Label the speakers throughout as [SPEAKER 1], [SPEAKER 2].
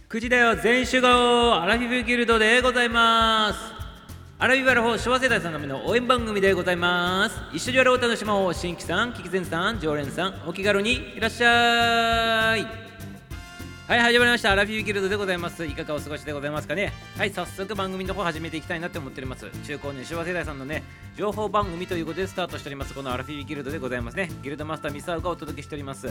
[SPEAKER 1] 9時だよ全員集合アラフィフギルドでございます。アラフィフアラフォー昭和世代さんのための応援番組でございます。一緒にやろうお楽しもう。新規さん、聞き前さん、常連さん、お気軽にいらっしゃい。はい、始まりましたアラフィフギルドでございます。いかがお過ごしでございますかね。はい、早速番組の方始めていきたいなって思っております。中高年昭和世代さんのね情報番組ということでスタートしております。このアラフィフギルドでございますね。ギルドマスターミサウがお届けしております。はい、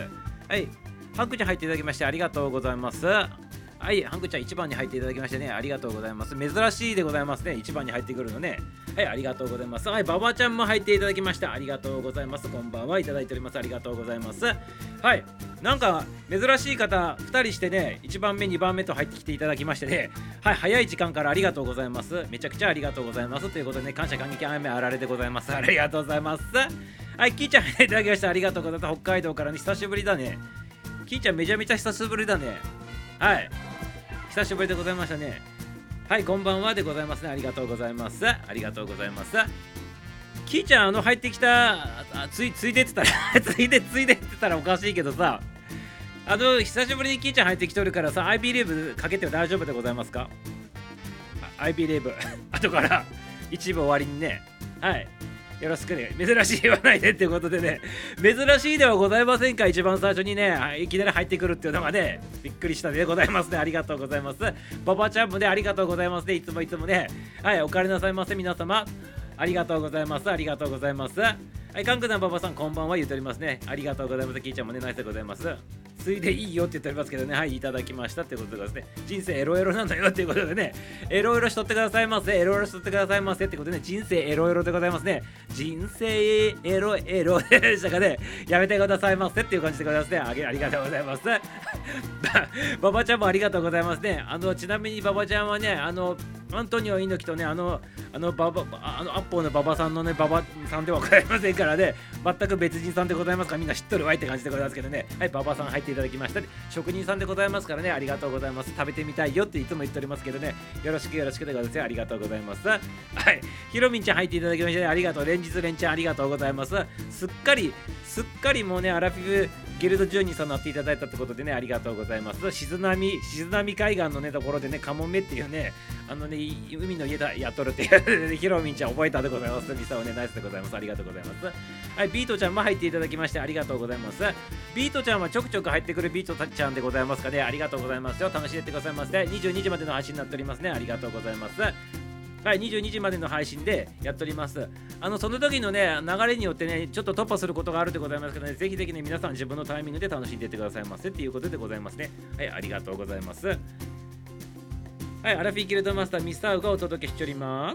[SPEAKER 1] ハンクちゃん入っていただきましてありがとうございます。はい、ハンクちゃん1番に入っていただきましてね、ありがとうございます。珍しいでございますね、1番に入ってくるのね。はい、ありがとうございます。はい、ババちゃんも入っていただきました。ありがとうございます。こんばんはいただいております。ありがとうございます。はい、なんか珍しい方2人してね、1番目2番目と入ってきていただきましてね、はい、早い時間からありがとうございます。めちゃくちゃありがとうございますということでね、感謝感激雨あられでございます。ありがとうございます。はい、キーちゃん入っていただきました。ありがとうございます。北海道からね、久しぶりだね。キーちゃんめちゃめちゃ久しぶりだね。はい、久しぶりでございましたね。はい、こんばんはでございますね。ありがとうございます。ありがとうございます。キーちゃん入ってきたついでって言ったらついでって言ったらおかしいけどさ、久しぶりにキーちゃん入ってきとるからさ、 IB レーブかけても大丈夫でございますか。IB レーブ後から一部終わりにね、はいよろしくね。珍しい言わないでっていうことでね、珍しいではございませんか。一番最初にね、いきなり入ってくるっていうのがね、びっくりしたでございますね。ありがとうございます。ババちゃんもね、ありがとうございますね。いつもね、はい、お帰りなさいませ皆様。ありがとうございます。ありがとうございます。はい、カンクナンババさんこんばんは言っておりますね。ありがとうございます。キーちゃんもね、ナイスでございます。ついでいいよって言っておりますけどね、はい、いただきましたってことでですね、人生エロエロなんだよっていうことでね、エロエロしとってくださいませ、エロエロしとってくださいませってことでね、人生エロエロでございますね。人生エロエロでしたかね、やめてくださいませっていう感じでございますね。ありがとうございます。ババちゃんもありがとうございますね。ちなみにババちゃんはね、アントニオ猪木とね、アッポーのババさんのね、ババさんではございませんからね、全く別人さんでございますから、みんな知っとるわいって感じでございますけどね。はい、ババさん入っていただきました。職人さんでございますからね、ありがとうございます。食べてみたいよっていつも言っておりますけどね、よろしくでございます。ありがとうございます。はい、ひろみんちゃん入っていただきまして、ね、ありがとう。連日連チャンありがとうございます。すっかりもうね、アラフィフギルド12さんになっていただいたってことでね、ありがとうございます。静波海岸のねところでね、カモメっていうね、海の家やっとるっていうヒロミンちゃん覚えたでございます。ミサをね、ナイスでございます。ありがとうございます。はい、ビートちゃんも入っていただきましてありがとうございます。ビートちゃんはちょくちょく入ってくるビートちゃんでございますかね。ありがとうございますよ。楽しんでってくださいませ。22時までの配信になっておりますね。ありがとうございます。はい、22時までの配信でやっております。その時のね、流れによってね、ちょっと突破することがあるでございますけどね、ぜひぜひね、皆さん自分のタイミングで楽しんでいってくださいませっていうことでございますね。はい、ありがとうございます。はい、アラフィーギルドマスターミスターウがお届けしております。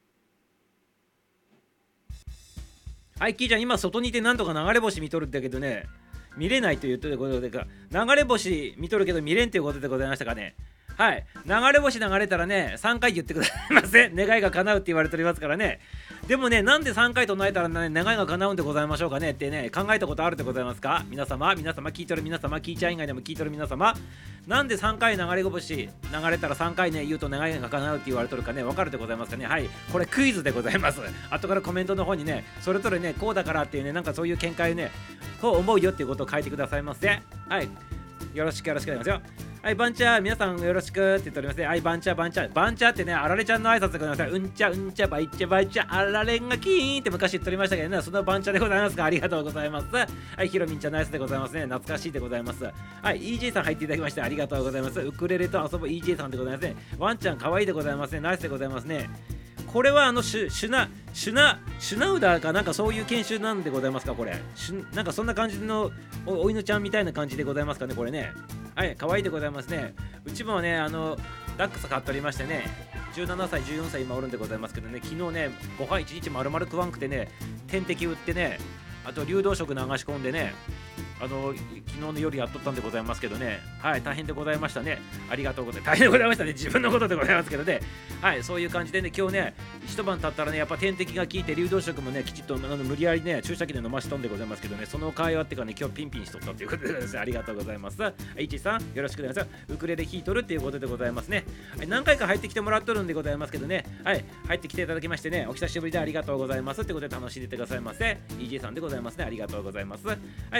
[SPEAKER 1] はい、キーちゃん、今外にいてなんとか流れ星見とるんだけどね、見れないということでか、流れ星見とるけど見れんということでございましたかね。はい、流れ星流れたらね、3回言ってくださいませ。願いが叶うって言われておりますからね。でもね、なんで3回唱えたらね、願いが叶うんでございましょうかねってね、考えたことあるでございますか。皆様聞いとる皆様、キーちゃん以外でも聞いとる皆様、なんで3回流れ星流れたら3回ね言うと願いが叶うって言われとるかね、わかるでございますかね。はい、これクイズでございます。後からコメントの方にね、それぞれね、こうだからっていうね、なんかそういう見解をね、こう思うよっていうことを書いてくださいませ。はい、よろしくお願いしますよ。はい、バンチャー皆さんよろしくって言っておりますね。はい、バンチャーってね、あられちゃんの挨拶でございます。うんちゃバイチャあられんがキーンって昔言っておりましたけどね、そのバンチャーでございますが、ありがとうございます。はい、ひろみんちゃんナイスでございますね。懐かしいでございます。はい、EJ さん入っていただきましてありがとうございます。ウクレレと遊ぶ EJ さんでございますね。ワンちゃん可愛いでございますね。ナイスでございますね。これはシュナウダーかなんかそういう研修なんでございますか。これなんかそんな感じのお犬ちゃんみたいな感じでございますかね、これね。はい、可愛いでございますね。うちもね、ダックス買っておりましてね、17歳14歳今おるんでございますけどね、昨日ねご飯1日丸々食わんくてね、点滴打ってね、あと流動食流し込んでね、昨日の夜やっとったんでございますけどね、はい、大変でございましたね。ありがとうございます。大変でございましたね。自分のことでございますけどね。はい、そういう感じでね、今日ね、一晩経ったらね、やっぱ点滴が効いて、流動食もね、きちっと無理やりね、注射器で飲ましとんでございますけどね、その会話っていうかね、今日ピンピンしとったということでですね、ありがとうございます。いちさん、よろしくお願いします。ウクレレ弾いとるっていうことでございますね。はい、何回か入ってきてもらっとるんでございますけどね、はい、入ってきていただきましてね、お久しぶりでありがとうございますってことで楽しんでてくださいませ。EJ さんでございますね。ありがとうございます。はい、キーちゃん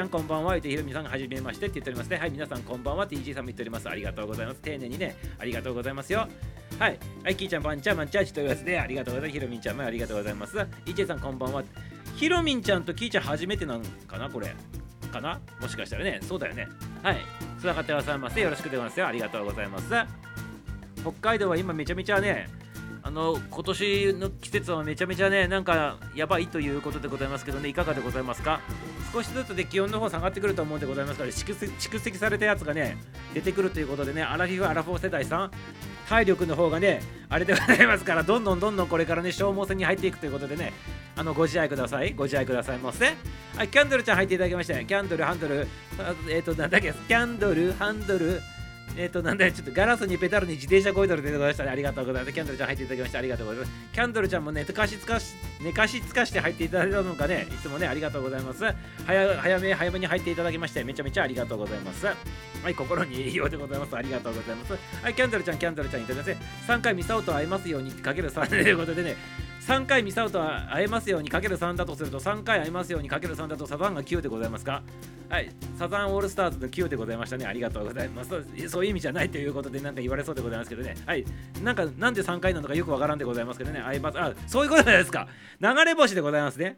[SPEAKER 1] ゃんこんばんは。ひろみさんがはじめましてって言っておりますね。はい、皆さんこんばんはって EJ さんも言っております。ありがとうございます。丁寧にね、ありがとうございますよ。はい、はい、きーちゃん、ばんちゃん、まんちゃんって言っておりますね。ありがとうございます。ひろみんちゃんもありがとうございます。EJ さんこんばんは。ひろみんちゃんときーちゃん初めてなのかなこれ。かなもしかしたらね。そうだよね。はい。つながってくださいませ。よろしくでございますよ。ありがとうございます。北海道は今めちゃめちゃね、今年の季節はめちゃめちゃね、なんかやばいということでございますけどね、いかがでございますか。少しずつで気温の方下がってくると思うんでございますから、蓄積されたやつがね、出てくるということでね、アラフィフ、アラフォー世代さん、体力の方がね、あれでございますから、どんどんこれからね、消耗戦に入っていくということでね、ご自愛ください。ご自愛くださいませ。はい、キャンドルちゃん入っていただきまして、キャンドル、ハンドル、なんだっけ、キャンドル、ハンドル、なんだよ、ちょっとガラスにペダルに自転車こいドルでございましたね。ありがとうございます。キャンドルちゃん入っていただきまして、ありがとうございます。キャンドルちゃんもね、寝かしつかして入っていただいたのかね、いつもね、ありがとうございます。早めに入っていただきまして、めちゃめちゃありがとうございます。はい、心に栄養でございます。ありがとうございます。はい、キャンドルちゃん、いただきまして、3回ミサオと会えますようにかける3ということでね、3回ミサオと会えますようにかける3だとすると、3回会えますようにかける3だとサザンが9でございますか。はい、サザンオールスターズの9でございましたね。ありがとうございます。そういう意味じゃないということでなんか言われそうでございますけどね。はい、なんで3回なのかよくわからんでございますけどね。そういうことですか。流れ星でございますね。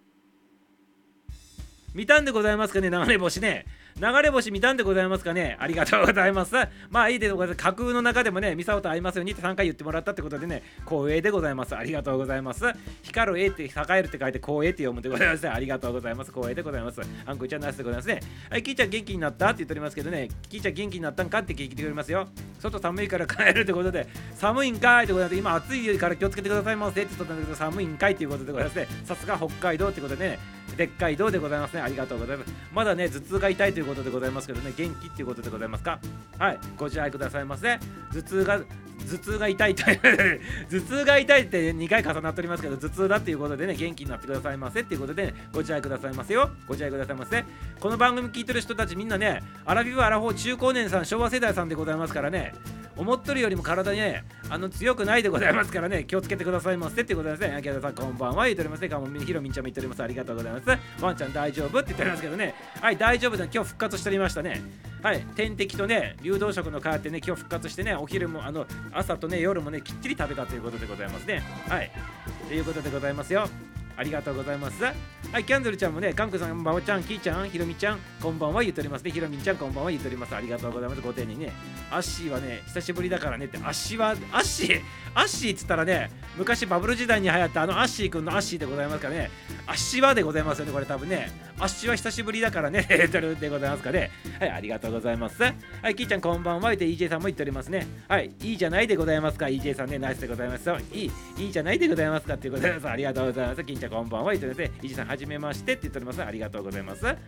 [SPEAKER 1] 見たんでございますかね、流れ星ね。流れ星見たんでございますかね。ありがとうございます。まあいいでございます。架空の中でもね、ミサオと会いますようにって3回言ってもらったってことでね、光栄でございます。ありがとうございます。光る A って栄えるって書いて光栄って読むでございます。ありがとうございます。光栄でございます。あんこちゃんナイスでございますね。はい、キーちゃん元気になったって言っておりますけどね、キーちゃん元気になったんかって聞いておりますよ。外寒いから帰るってことで、寒いんかいってことで、今暑いから気をつけてくださいませって言ったんだけど、寒いんかいっていうことでございますね。さすが北海道ってことでね、でっかい道でございますね。ありがとうございます。まだね、頭痛が痛いということでございますけどね、元気っていうことでございますか。はい、ご自愛くださいませ。頭痛が痛いと頭痛が痛いって2回重なっておりますけど、頭痛だっていうことでね、元気になってくださいませっていうことで、ね、ご自愛くださいませよ。ご自愛くださいませ。この番組聞いてる人たちみんなね、アラフィフアラフォー中高年さん、昭和世代さんでございますからね、思っとるよりも体ね、強くないでございますからね、気をつけてくださいませっていうことですね。秋田さんこんばんは言っておりますね。ひろみんちゃんも言っております。ありがとうございます。ワンちゃん大丈夫って言っておりますけどね。はい、大丈夫だ。今日復活しておりましたね。はい、点滴とね、流動食の変わってね、今日復活してね、お昼も朝とね、夜もね、きっちり食べたということでございますね。はい、ということでございますよ。ありがとうございます。はい、キャンドルちゃんもね、カンクさん、バオちゃん、キーちゃん、ひろみちゃん、こんばんは言っておりますね。ひろみちゃん、こんばんは言っております。ありがとうございます。ご丁寧にね。アッシーはね、久しぶりだからねって、アッシーっつったらね、昔バブル時代に流行ったアッシーくんのアッシーでございますからね。アッシはでございますよね、これ多分ね。アッシーは久しぶりだからね、でございますかね。はい、ありがとうございます。はい、キーちゃん、こんばんは言って、EJ さんも言っておりますね。はい、いいじゃないでございますか、EJ さんね、ナイスでございます。いいじゃないでございますかっていうことでございます。ありがとうございます。キーちゃん、こんばんは言っておりますね。EJ さん、はじめましてって言っております。ありがとうございます。はい、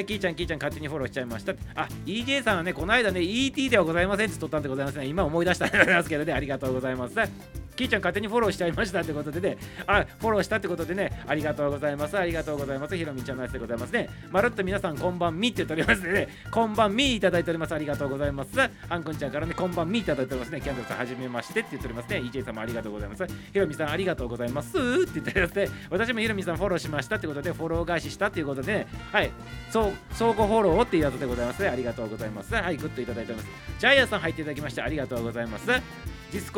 [SPEAKER 1] キーちゃん、勝手にフォローしちゃいました。EJ さんはね、この間ね、ET ではございませんって撮ったんでございますね。今思い出したんでございますけどね、ありがとうございます。キーちゃん勝手にフォローしちゃいましたってことでね、フォローしたってことでね、ありがとうございます。ありがとうございます。ひろみちゃんのやつでございますね。まるっと皆さん、こんばんみって言っておりますね。こんばんみいただいております。ありがとうございます。あんこんちゃんからね、こんばんみいただいておりますね。キャンドルさん、はじめましてって言っておりますね。EJ 様、ありがとうございます。ひろみさん、ありがとうございますって言っておりますね。私もひろみさんフォローしましたってことで、フォロー返ししたっていうことでね、はい、相互フォローっていうやつでございますね。ありがとうございます。はい、グッといただいております。ジャイアンさん入っていただきまして、ありがとうございます。ディス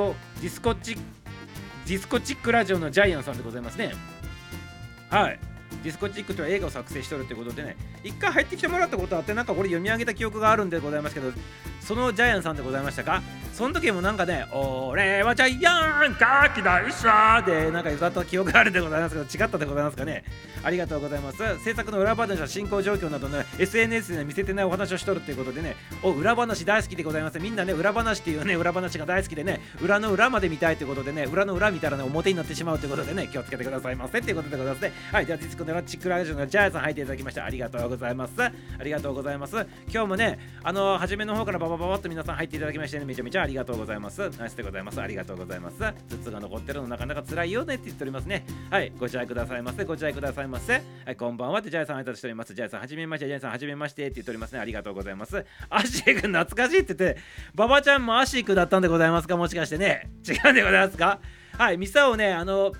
[SPEAKER 1] コチックラジオのジャイアンさんでございますね。はい。ディスコチックという映画を作成しておるということでね、一回入ってきてもらったことあって、なんかこれ読み上げた記憶があるんでございますけど、そのジャイアンさんでございましたか。その時もなんかね、俺はジャイアンかき大社でなんか歌った記憶があるんでございますけど、違ったでございますかね。ありがとうございます。制作の裏話や進行状況などね、SNS で、ね、見せてないお話をしとるということでね、裏話大好きでございます。みんなね、裏話っていうね、裏話が大好きでね、裏の裏まで見たいということでね、裏の裏見たらね、表になってしまうということでね、気をつけてくださいませということでございますね。はい、じゃあディスコのチックラジオのジャイアンさん入っていただきまして、ありがとうございます。ありがとうございます。今日もね、初めの方からババババッと皆さん入っていただきましてね、めちゃめちゃありがとうございます。ナイスでございます。ありがとうございます。頭痛が残ってるのなかなか辛いよねって言っておりますね。はい、ご自愛くださいませ。ご自愛くださいませ。はい、こんばんはってジャイさん挨拶しております。ジャイさんはじめまして、ジャイさんはじめましてって言っておりますね。ありがとうございます。アッシー君懐かしいって言って、ババちゃんもアッシー君だったんでございますか、もしかしてね。違うんでございますか。はい、ミサをね、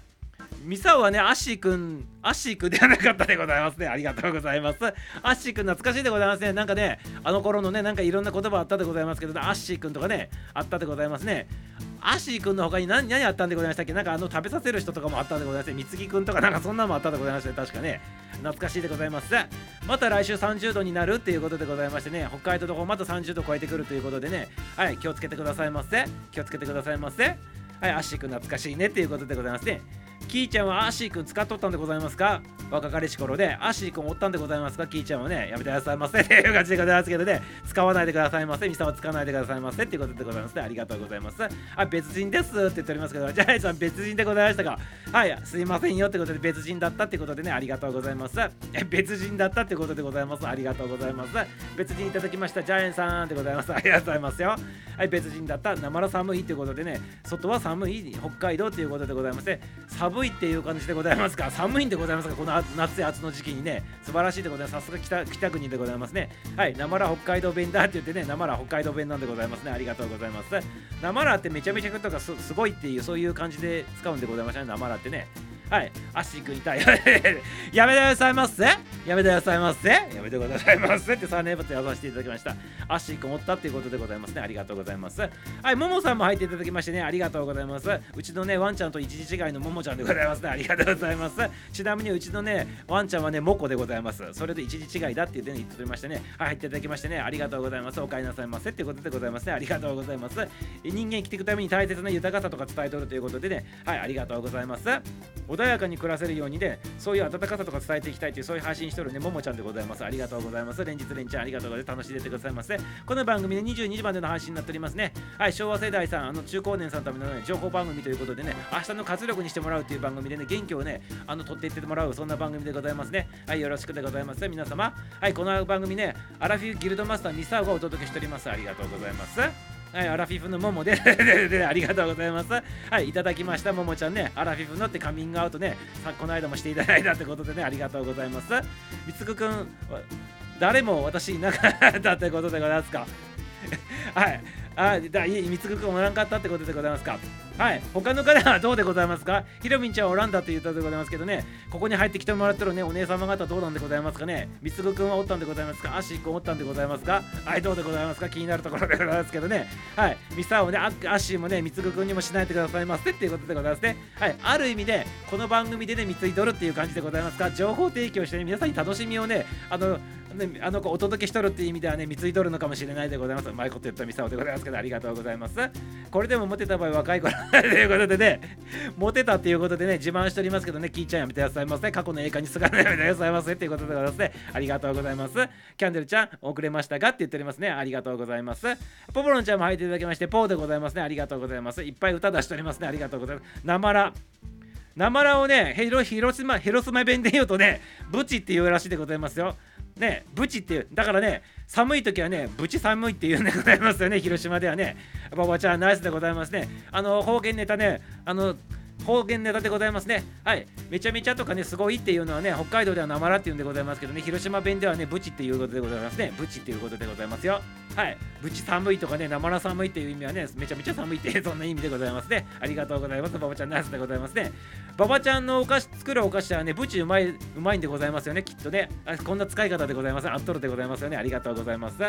[SPEAKER 1] ミサオはね、アッシーくんではなかったでございますね。ありがとうございます。アッシーくん懐かしいでございますね。なんかね、あの頃のね、なんかいろんな言葉あったでございますけど、ね、アッシーくんとかね、あったでございますね。アッシーくんの他に何あったんでございましたっけ？なんか食べさせる人とかもあったんでございますね。みつぎくんとかなんかそんなのもあったでございましたね。確かね。懐かしいでございます。また来週30度になるっていうことでございましてね、北海道の方また30度超えてくるということでね、はい、気をつけてくださいませ。気をつけてくださいませ。はい、アッシーくん懐かしいねっていうことでございますね。キーちゃんはアッシーくん使っとったんでございますか？若かりし頃でアッシーくんおったんでございますか？キーちゃんはね、やめてくださいませっていう感じでございますけどね、使わないでくださいませ。ミサは使わないでくださいませっていうことでございますね。ありがとうございます。あ、別人ですって言っておりますけど、ジャイさん別人でございましたか？はい、すいませんよってことで別人だったってことでね、ありがとうございます。別人だったってことでございます。ありがとうございます。別人いただきましたジャイさんでございます。ありがとうございますよ。はい、別人だった。なまら寒いっていうことでね、外は寒い北海道っていうことでございまして、寒いっていう感じでございますか？寒いんでございますか？この夏や暑の時期にね、素晴らしいでございます。さすが北国でございますね。はい、なまら北海道弁だって言ってね、なまら北海道弁なんでございますね。ありがとうございます。なまらってめちゃめちゃとかすごいっていうそういう感じで使うんでございましたね。なまらってね。はい、アッシーくんいたい。やめてくださいませ。やめてくださいませ。やめてくださいませってサーネーブとやらせていただきました。アッシーくんおったっていうことでございますね。ありがとうございます。はい、ももさんも入っていただきましてね、ありがとうございます。うちのね、ワンちゃんと一時違いのももちゃんでございますね。ありがとうございます。ちなみにうちのね、ワンちゃんはね、モコでございます。それで一時違いだって言っておりましてね、はい、入っていただきましてね、ありがとうございます。お帰りなさいませっていうことでございますね。ありがとうございます。人間生きていくために大切な豊かさとか伝えとるということでね、はい、ありがとうございます。穏やかに暮らせるようにね、そういう温かさとか伝えていきたいというそういう配信しとるね、ももちゃんでございます。ありがとうございます。連日連チャンありがとうございます。楽しんでてくださいませ。この番組で22時までの配信になっておりますね。はい、昭和世代さん、中高年さんのための、ね、情報番組ということでね、明日の活力にしてもらうという番組でね、元気をね、取っていってもらう、そんな番組でございますね。はい、よろしくでございます。皆様。はい、この番組ね、アラフィフギルドマスターミサオがお届けしております。ありがとうございます。はい、アラフィフのモモでありがとうございます。はい、いただきましたモモちゃんね、アラフィフのってカミングアウトね、この間もしていただいたってことでね、ありがとうございます。みつくくん、誰も私いなかったってことでございますか？はい、みつくくんおらんかったってことでございますか？はい、他の方はどうでございますか？ひろみんちゃんおらんだって言ったでございますけどね、ここに入ってきてもらってるね、お姉様方どうなんでございますかね？みつぐくんはおったんでございますか？アッシーくんおったんでございますか？はい、どうでございますか？気になるところでございますけどね。はい、ミサをね、アッシーもね、みつぐくんにもしないでくださいませっていうことでございますね。はい、ある意味で、この番組でね、みついどるっていう感じでございますか？情報提供してね、皆さんに楽しみをね、お届けしとるっていう意味ではね、みついどるのかもしれないでございます。うまいこと言ったミサオでございますけど、ありがとうございます。これでもモテた場合、若い頃ということでね、モテたっていうことでね、自慢しておりますけどね、キーちゃんやめてくださいませ。過去の映画にすがらないやめてくださいませっていうことでございますね。ありがとうございます。キャンデルちゃん、遅れましたがって言っておりますね。ありがとうございます。ポポロンちゃんも入っていただきまして、ポーでございますね。ありがとうございます。いっぱい歌出しておりますね。ありがとうございます。なまらをね、広島弁で言うとね、ブチって言うらしいでございますよ。ね、ブチっていう、だからね、寒い時はね、ブチ寒いっていうんでございますよね、広島ではね。ババちゃん、ナイスでございますね。方言ネタね、方言ネタでございますね。はい。めちゃめちゃとかね、すごいっていうのはね、北海道ではなまらっていうんでございますけどね、広島弁ではね、ブチっていうことでございますね。ブチっていうことでございますよ。はい。ブチ寒いとかね、なまら寒いっていう意味はね、めちゃめちゃ寒いってそんな意味でございますね。ありがとうございます。ババちゃんナイスでございますね。ババちゃんの作るお菓子はね、ブチうまいんでございますよね、きっとね。こんな使い方でございます。あっとるでございますよね。ありがとうございます。はい。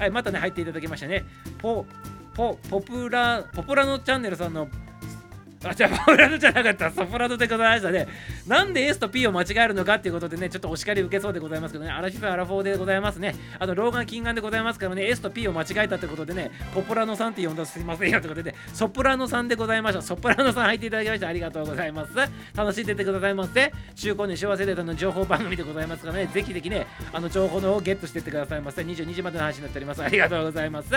[SPEAKER 1] またね、入っていただきましたね。ポプラノチャンネルさんのポプラノじゃなかった、ソプラノでございましたね。なんで S と P を間違えるのかっていうことでね、ちょっとお叱り受けそうでございますけどね、アラフィフアラフォーでございますね。老眼近眼でございますからね、S と P を間違えたってことでね、ポプラノさんって呼んだすいませんよってことで、ソプラノさんでございました。ソプラノさん入っていただきましてありがとうございます。楽しんでてくださいませ。中高年昭和世代の情報番組でございますからね、ぜひぜひね、情報の方をゲットしていってくださいませ。22時までの話になっております。ありがとうございます。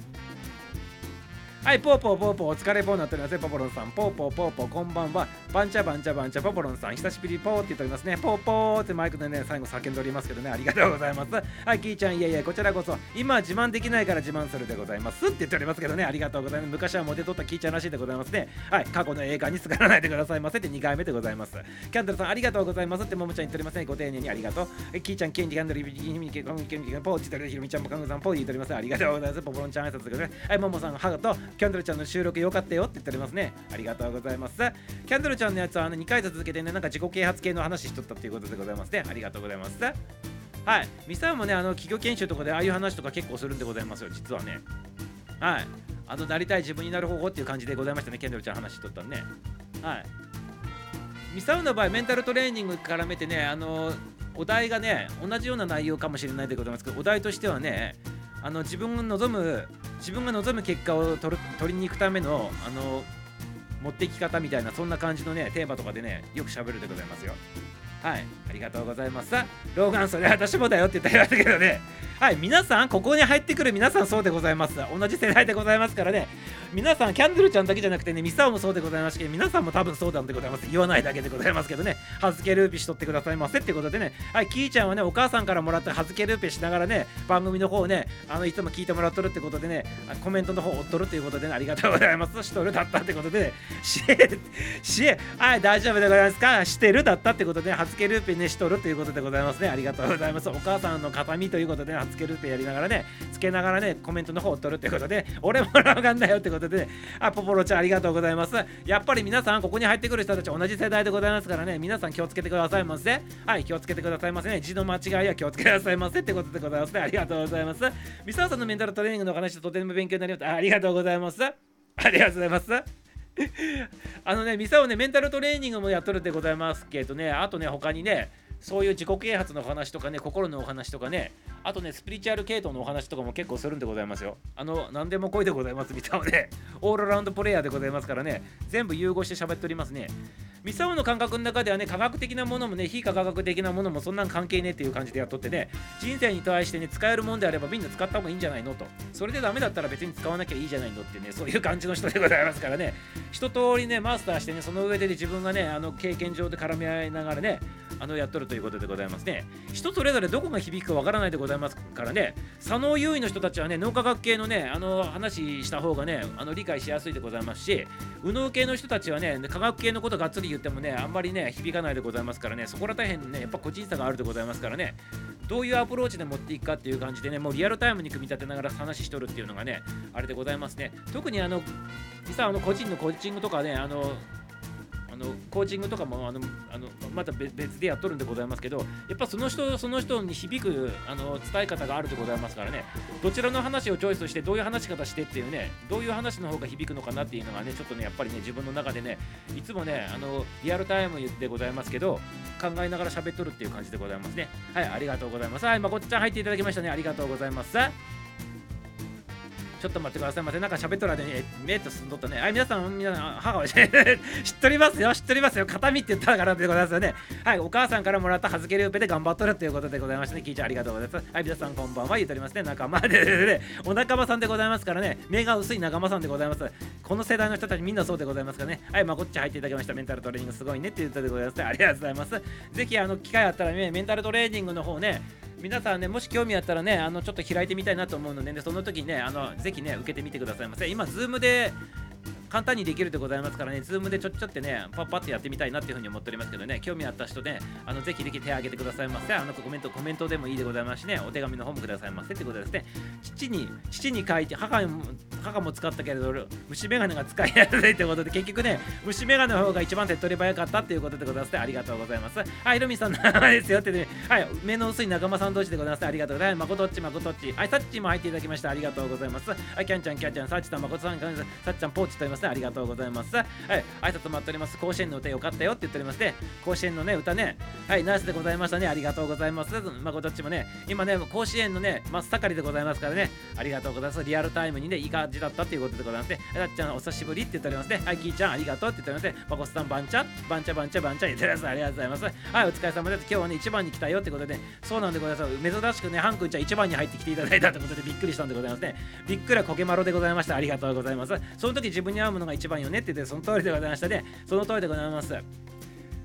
[SPEAKER 1] はい、ポーポーお疲れポーになっておりますね、ポポロンさん。ポーこんばんは。バンチャポポロンさん。久しぶりポーって言っておりますね。ポーってマイクでね、最後叫んでおりますけどね、ありがとうございます。はい、キーちゃん、いや、こちらこそ、今は自慢できないから自慢するでございますって言っておりますけどね、ありがとうございます。昔はモテとったキーちゃんらしいでございますね。はい、過去の映画にすがらないでくださいませって2回目でございます。キャンドルさん、ありがとうございますってももちゃん言っておりますね。ご丁寧にありがとう。キーちゃん、キャンドル、ポーって言っております。ひろみちゃんもカングさん、ポーって言っております。ありがとうございます。ポポロンちゃん挨拶でございます。はい、ももさん、ハグとキャンドルちゃんの収録良かったよって言っておりますね。ありがとうございます。キャンドルちゃんのやつは2回続けてね、なんか自己啓発系の話しとったっていうことでございますね。ありがとうございます。はい。ミサオもね、企業研修とかでああいう話とか結構するんでございますよ、実はね。はい。なりたい自分になる方法っていう感じでございましたね、キャンドルちゃん話しとったんね。はい。ミサオの場合、メンタルトレーニング絡めてね、お題がね、同じような内容かもしれないでございますけど、お題としてはね、自分が望む結果を取りに行くための持っていき方みたいな、そんな感じのねテーマとかでねよく喋るでございますよ。はい、ありがとうございます。ローガン、それ私もだよって言ってありましたけどね。はい、皆さん、ここに入ってくる皆さんそうでございます。同じ世代でございますからね。皆さん、キャンドルちゃんだけじゃなくてね、ミサオもそうでございますけど、皆さんも多分そうなんでございます。言わないだけでございますけどね、はずけルーピしとってくださいませってことでね。はい、キーちゃんはね、お母さんからもらったはずけルーピしながらね、番組の方をね、いつも聞いてもらっとるってことでね、コメントの方を追っとるっていうことでね、ありがとうございます。しとるだったってことで、はい、大丈夫でございますか。してるだったってことで、はずけルーピね、しとるということでございますね。ありがとうございます。お母さんの形見ということで、はずけルーピやりながらね、つけながらね、コメントの方を取るってことで、俺もラガンだよってことで、ね、ポポロちゃんありがとうございます。やっぱり皆さん、ここに入ってくる人たち同じ世代でございますからね、皆さん気をつけてくださいませ。はい、気をつけてくださいませね。字の間違いは気をつけてくださいませってことでございますね。ありがとうございます。ミサオさんのメンタルトレーニングの話とても勉強になりました。ありがとうございます。ありがとうございます。ミサオね、メンタルトレーニングもやっとるでございますけどね、あとね、他にね、そういう自己啓発のお話とかね、心のお話とかね、あとね、スピリチュアル系統のお話とかも結構するんでございますよ。何でも恋でございます、ミサオね。オールラウンドプレイヤーでございますからね、全部融合して喋っておりますね。ミサオの感覚の中ではね、科学的なものもね、非科学的なものもそんなん関係ねえっていう感じでやっとってね、人生に対してね、使えるもんであればみんな使った方がいいんじゃないのと。それでダメだったら別に使わなきゃいいじゃないのってね、そういう感じの人でございますからね、一通りね、マスターしてね、その上で、自分がね、経験上で絡み合いながらね、やっとるということでございますね。人それぞれどこが響くかわからないでございますからね、左脳優位の人たちはね、脳科学系のね、話した方がね、理解しやすいでございますし、右脳系の人たちはね、科学系のことがっつり言ってもね、あんまりね、響かないでございますからね、そこら大変ね、やっぱ個人差があるでございますからね、どういうアプローチで持っていくかっていう感じでね、もうリアルタイムに組み立てながら話しとるっていうのがね、あれでございますね。特に実は個人のコーチングとかね、コーチングとかもまた別でやっとるんでございますけど、やっぱその人に響く伝え方があるでございますからね、どちらの話をチョイスしてどういう話し方してっていうね、どういう話の方が響くのかなっていうのがね、ちょっとねやっぱりね自分の中でね、いつもねリアルタイムでございますけど、考えながら喋っとるっていう感じでございますね。はい、ありがとうございます。はい、まこっちゃん入っていただきましたね。ありがとうございます。ちょっと待ってくださいませ。なんか喋っとる間に目と進んどったね。はい、皆さん、母は知っとりますよ、知っとりますよ。形見って言ったからでございますよね。はい、お母さんからもらったはずけルーペで頑張っとるということでございましてね。キーちゃんありがとうございます。はい、皆さんこんばんは、言うとりますね。仲間で、お仲間さんでございますからね。目が薄い仲間さんでございます。この世代の人たちみんなそうでございますからね。はい、まこっち入っていただきました。メンタルトレーニングすごいねって言ったでございます。ありがとうございます。ぜひ機会あったらね、メンタルトレーニングの方ね、皆さんね、もし興味あったらね、ちょっと開いてみたいなと思うので、ね、その時にね、ぜひね、受けてみてくださいませ。今、ズームで簡単にできるでございますからね、ズームでちょってね、パッパってやってみたいなっていうふうに思っておりますけどね、興味あった人ね、ぜひぜひ手を挙げてくださいませ。コメントでもいいでございますしね、お手紙の方もくださいませってことですね。父に書いて、母も使ったけれど、虫眼鏡が使いやすいってことで、結局ね、虫眼鏡の方が一番手っ取り早かったっていうことでございますね。ありがとうございます。はい、ロミさんの名前ですよってね、はい、目の薄い仲間さん同士でございます。ありがとうございます。まことっち、はい、さっちも入っていただきました。ありがとうございます。はい、キャンちゃん、さっちさん、まことさん、さっちゃん、ポーチと言いますね。ありがとうございます。はい、挨拶待っております。甲子園の歌よかったよって言っておりますね。甲子園のね、歌ね、はい、ナイスでございましたね。ありがとうございます。まことっちもね、今ね、甲子園のね、真っ盛りでございますからね、ありがとうございます。リアルタイムにね、いい感じだったっていうことでございますね。さっちゃん、お久しぶりって言っておりますね。はい、キーちゃん、ありがとうって言っておりますね。まこさん、バンチャ言っております。ありがとうございます。はい、お疲れ様です。今日はね、1番に来たよってことで、そうなんでございます。珍しくね、ハン君ちゃん1番に入ってきていただいたってことでびっくりしたんでございますね。びっくりはコケマロでございました。ありがとうございます。その時自分に合うものが一番よねって言って、その通りでございましたね。その通りでございます。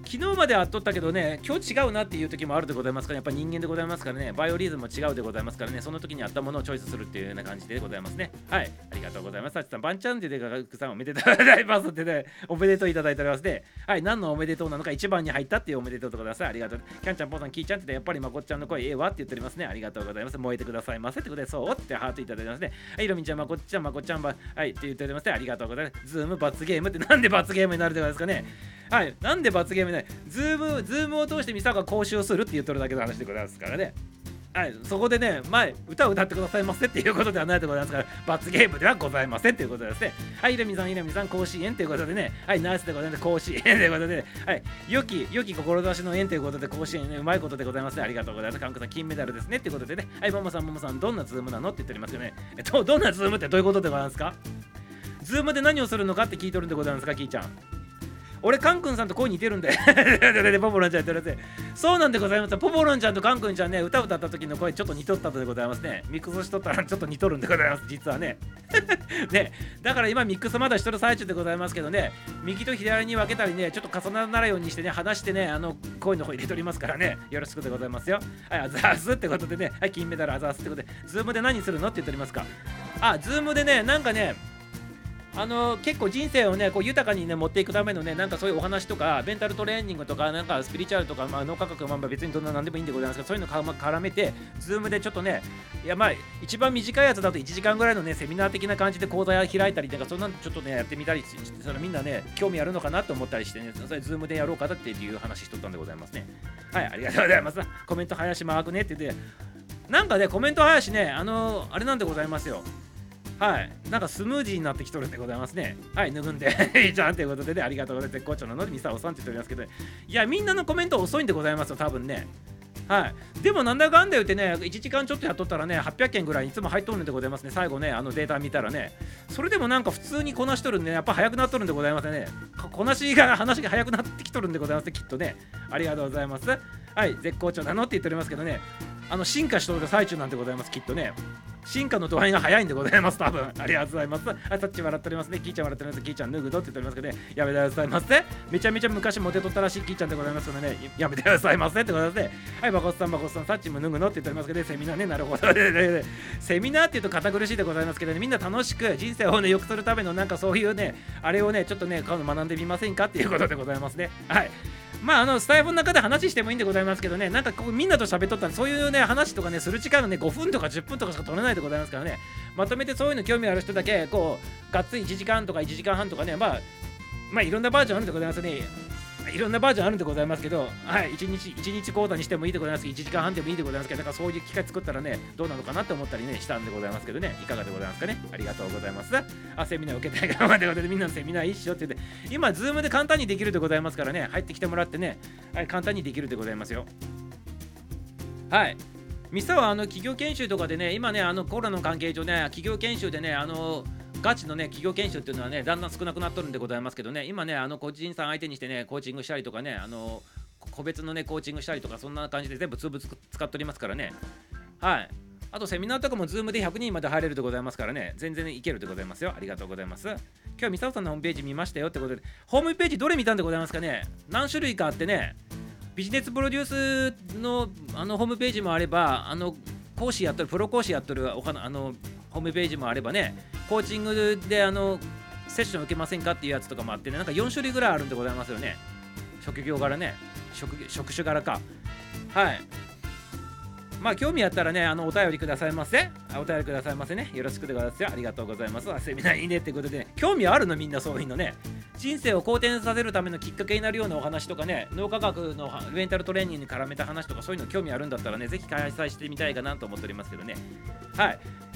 [SPEAKER 1] 昨日まで会っとったけどね、今日違うなっていう時もあるでございますから、やっぱ人間でございますからね、バイオリズムも違うでございますからね、その時に合ったものをチョイスするっていうような感じでございますね。はい、ありがとうございます。さちさん、バンチャンでガクさんおめでとうございますってね、おめでとういただいておりますね。はい、何のおめでとうなのか、1番に入ったっていうおめでとうでございます。ありがとう。キャンちゃん、ポーさん、キーちゃんってやっぱりまこっちゃんの声ええわって言っておりますね。ありがとうございます。燃えてくださいませってことで、そうってハートいただいてますね。はい、ロミンちゃん、まこっちゃん、まこっちゃんば、はいって言っておりますね。ありがとうございます。ズーム罰ゲームってなんで罰ゲームになるでございますかね。はい、なんで罰ゲームね、ズームを通してミサが講習をするって言っとるだけの話でございますからね。はい、そこでね、前、歌を歌ってくださいませっていうことではないでございますから、罰ゲームではございませんということですね。はい、イレミさん、甲子園ということでね、はい、ナイスでございます、甲子園ということで、ね、はい、良き志の縁ということで、甲子園ね、うまいことでございますね。ありがとうございます。カンクさん、金メダルですね。ということでね、はい、ももさん、どんなズームなのって言っておりますけどね、どんなズームってどういうことでございますか？ズームで何をするのかって聞いとるんでございますか、キーちゃん。俺カン君さんと声似てるんでポポロンちゃん言ってるやつ。そうなんでございます。ポポロンちゃんとカン君ちゃんね、歌歌った時の声ちょっと似とったでございますね。ミックスしとったらちょっと似とるんでございます、実はねね、だから今ミックスまだしとる最中でございますけどね、右と左に分けたりね、ちょっと重ならないようにしてね、話してね、声の方入れとりますからね、よろしくでございますよ。はい、アザースってことでね、はい、金メダルアザースってことで、ズームで何するのって言っておりますか。ズームでね、なんかね、結構人生をねこう豊かにね持っていくためのねなんかそういうお話とかメンタルトレーニングとかなんかスピリチュアルとか、脳科学、別にどんな何でもいいんでございますけど、そういうの絡めてズームでちょっとね、いや一番短いやつだと1時間ぐらいのねセミナー的な感じで講座開いたりなんかそんなのちょっとねやってみたりして、それみんなね興味あるのかなと思ったりしてね、それズームでやろうかなっていう話しとったんでございますね。はい、ありがとうございます。コメント林マークねって言って、なんかねコメント林ねあれなんでございますよ。はい、なんかスムージーになってきとるんでございますね。はい、脱ぐんでいいじゃんということでね、ありがとうございます。絶好調なのでミサオさんって言っておりますけど、いやみんなのコメント遅いんでございますよ、多分ね。はい、でもなんだかんだ言ってね、1時間ちょっとやっとったらね、800件ぐらいいつも入っとるんでございますね。最後ね、データ見たらね、それでもなんか普通にこなしとるんで、ね、やっぱ早くなっとるんでございますね。話が早くなってきとるんでございますね、きっとね。ありがとうございます。はい、絶好調なのって言っておりますけどね、進化しとる最中なんでございます、きっとね。進化の度合いが早いんでございます、多分。ありがとうございます。さっち笑っておりますね。キーちゃん笑っております。キーちゃん脱ぐぞって言っておりますけどね。やめてくださいませ。めちゃめちゃ昔モテとったらしいキーちゃんでございますのでね。やめてくださいませってことで、はい、バコスさん、さっちも脱ぐのって言っておりますけどね。セミナーね、なるほど。セミナーって言うと堅苦しいでございますけどね、みんな楽しく人生をね、良くするためのなんかそういうね、あれをね、ちょっとね、学んでみませんかっていうことでございますね。はい。スタイフの中で話してもいいんでございますけどね、なんかこうみんなと喋っとったらそういうね話とかねする時間がね5分とか10分とかしか取れないでございますからね、まとめてそういうの興味ある人だけこうがっつり1時間とか1時間半とかね、いろんなバージョンあるんでございますね。いろんなバージョンあるんでございますけど、はい、1日講座にしてもいいでございますけど、1時間半でもいいでございますけど、なんかそういう機会作ったらね、どうなのかなって思ったりね、したんでございますけどね、いかがでございますかね。ありがとうございます。セミナー受けたいからということで、みんなのセミナー一緒って言って、今、ズームで簡単にできるでございますからね、入ってきてもらってね、はい、簡単にできるでございますよ。はい。ミサは企業研修とかでね、今ね、コロナの関係上ね、企業研修でね、ガチのね企業研修っていうのはねだんだん少なくなっとるんでございますけどね、今ね個人さん相手にしてねコーチングしたりとかね個別のねコーチングしたりとかそんな感じで全部ツール使っておりますからね。はい。あとセミナーとかもズームで100人まで入れるでございますからね、全然いけるでございますよ。ありがとうございます。今日はミサオさんのホームページ見ましたよってことで、ホームページどれ見たんでございますかね。何種類かあってね、ビジネスプロデュースのホームページもあれば講師やっとるプロ講師やっとるホームページもあればね、コーチングでセッション受けませんかっていうやつとかもあってね、なんか4種類ぐらいあるんでございますよね。職業柄ね、職種柄か。はい。興味あったらね、お便りくださいませ。お便りくださいませね。よろしくでございますよ。ありがとうございます。セミナーいいねってことで、ね、興味あるのみんなそういうのね。人生を好転させるためのきっかけになるようなお話とかね、脳科学のメンタルトレーニングに絡めた話とかそういうの興味あるんだったらね、ぜひ開催してみたいかなと思っておりますけどね。はい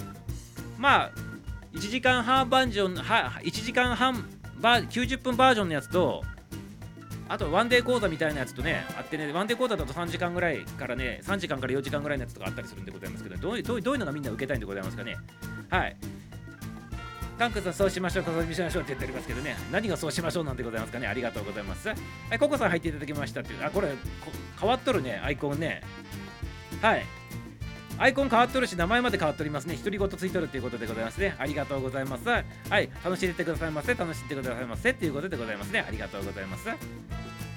[SPEAKER 1] 。1時間半バージョン、1時間半90分バージョンのやつと、あとワンデー講座みたいなやつとねあってね、ワンデー講座だと3時間ぐらいからね、3時間から4時間ぐらいのやつとかあったりするんでございますけど、どういうのがみんな受けたいんでございますかね。はい。カンクさんそうしましょう、そうしましょうって言っておりますけどね、何がそうしましょうなんてございますかね。ありがとうございます。はい、ココさん入っていただきましたっていう、これ変わっとるね、アイコンね。はい。アイコン変わっとるし、名前まで変わっておりますね。独り言ついとるっていうことでございますね。ありがとうございます。はい、楽しんでってくださいませ。楽しんでくださいませっていうことでございますね。ありがとうございます。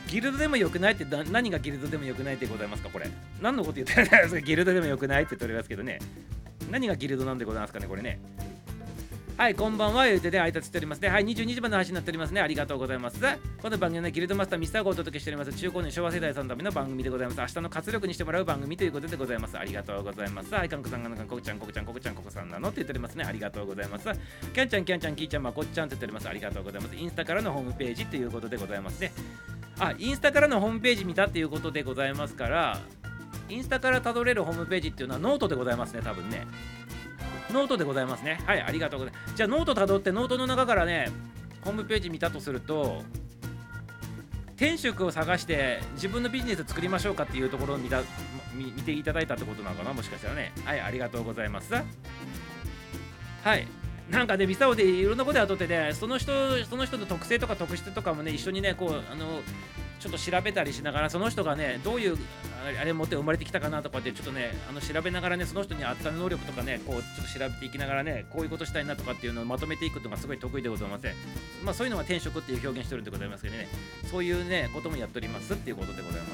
[SPEAKER 1] ギルドでもよくないって何がギルドでもよくないってございますかこれ。何のこと言ってるんですか。ギルドでもよくないって言っておりますけどね。何がギルドなんでございますかねこれね。はい、こんばんは言うてで挨拶しておりますね。はい、22時までの配信になっておりますね。ありがとうございます。この番組はね、ギルドマスターミスターがお届けしております。中高年昭和世代さんのための番組でございます。明日の活力にしてもらう番組ということでございます。ありがとうございます。はい、カンクさんがココちゃん、ココちゃん、ココちゃん、ココさんなのって言っておりますね。ありがとうございます。キャンちゃん、キャンちゃん、キーちゃん、まこっちゃんって言っております。ありがとうございます。インスタからのホームページということでございますね。あ、インスタからのホームページ見たっていうことでございますから、インスタからたどれるホームページっていうのはノートでございますね、多分ね。ノートでございますね。はい、ありがとうございます。じゃあノートたどってノートの中からね、ホームページ見たとすると、転職を探して自分のビジネス作りましょうかっていうところを見ていただいたってことなのかな、もしかしたらね。はい、ありがとうございます。はい。なんかね、ビサオでいろんなことやっとってね、その人の特性とか特質とかもね、一緒にね、こう、ちょっと調べたりしながら、その人がね、どういうあれ持って生まれてきたかなとかってちょっとね、調べながらね、その人に合った能力とかね、こうちょっと調べていきながらね、こういうことしたいなとかっていうのをまとめていくのがすごい得意でございません。まあそういうのが転職っていう表現してるんでございますけどね、そういうね、こともやっておりますっていうことでございます。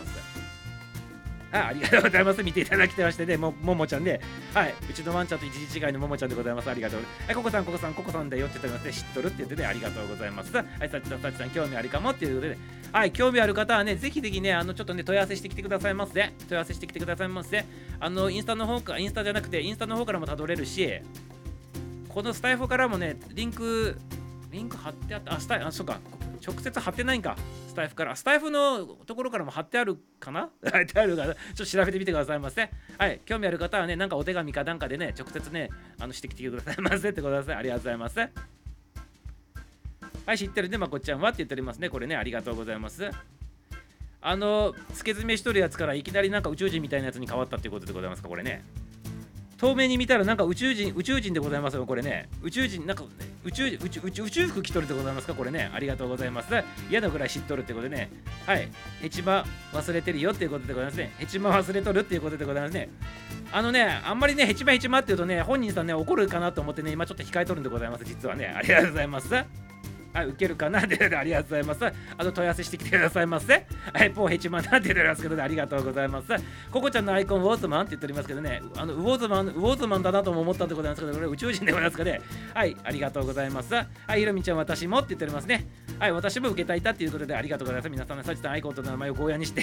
[SPEAKER 1] ありがとうございます。見ていただきましてね、ももちゃんね、はい、うちのワンちゃんと一時違いのももちゃんでございます。ありがとう。はい、ココさんだよって言ってますね。知っとるって言ってね、ありがとうございます。はい、さっちさん、興味あるかもっていうことで、はい、興味ある方はね、ぜひぜひね、ちょっとね、問い合わせしてきてくださいませ。問い合わせしてきてくださいませ。インスタの方か、インスタじゃなくて、インスタの方からもたどれるし、このスタイフからもね、リンク貼ってあった、そうか、直接貼ってないんか。スタイフから。スタイフのところからも貼ってあるかな貼ってあるかなちょっと調べてみてくださいませ。はい。興味ある方はね、なんかお手紙かなんかでね、直接ね、してきてくださいませってことですね。ありがとうございます。はい、知ってるね、まこっちゃんはって言っておりますね。これね、ありがとうございます。付け詰めしとるやつからいきなりなんか宇宙人みたいなやつに変わったっていうことでございますか、これね。透明に見たらなんか宇宙人でございますよ、これね。宇宙人、なんか宇宙服着とるでございますか、これね。ありがとうございます。嫌なぐらい知っとるってことでね。はい。ヘチマ忘れてるよっていうことでございますね。ヘチマ忘れとるっていうことでございますね。あんまりね、ヘチマって言うとね、本人さんね、怒るかなと思ってね、今ちょっと控えとるんでございます、実はね。ありがとうございます。はい、受けるかなってありがとうございます。問い合わせしてきてくださいませ。はい、ポーヘチマンなんて言っておりますけどね、ありがとうございます。ココちゃんのアイコン、ウォーズマンって言っておりますけどね、ウォーズマンだなとも思ったんでございますけど、これ宇宙人でございますかね。はい、ありがとうございます。はい、ひろみちゃん、私もって言っておりますね。はい、私も受けたいたっていうことでありがとうございます。皆さん、さちさん、アイコンと名前をゴーヤにして、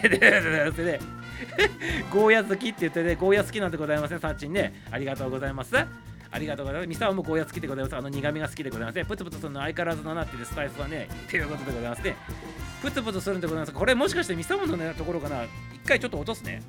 [SPEAKER 1] ゴーヤ好きって言ってね、ゴーヤ好きなんでございますね、さっちんね。ありがとうございます。ありがとうございます。ミサオもゴーヤ好きでございます。苦味が好きでございますね。プツプツするの相変わらずだなっていうスタイフはね、っていうことでございますね。プツプツするんでございます。これもしかしてミサオの、ね、ところかな。一回ちょっと落とすね。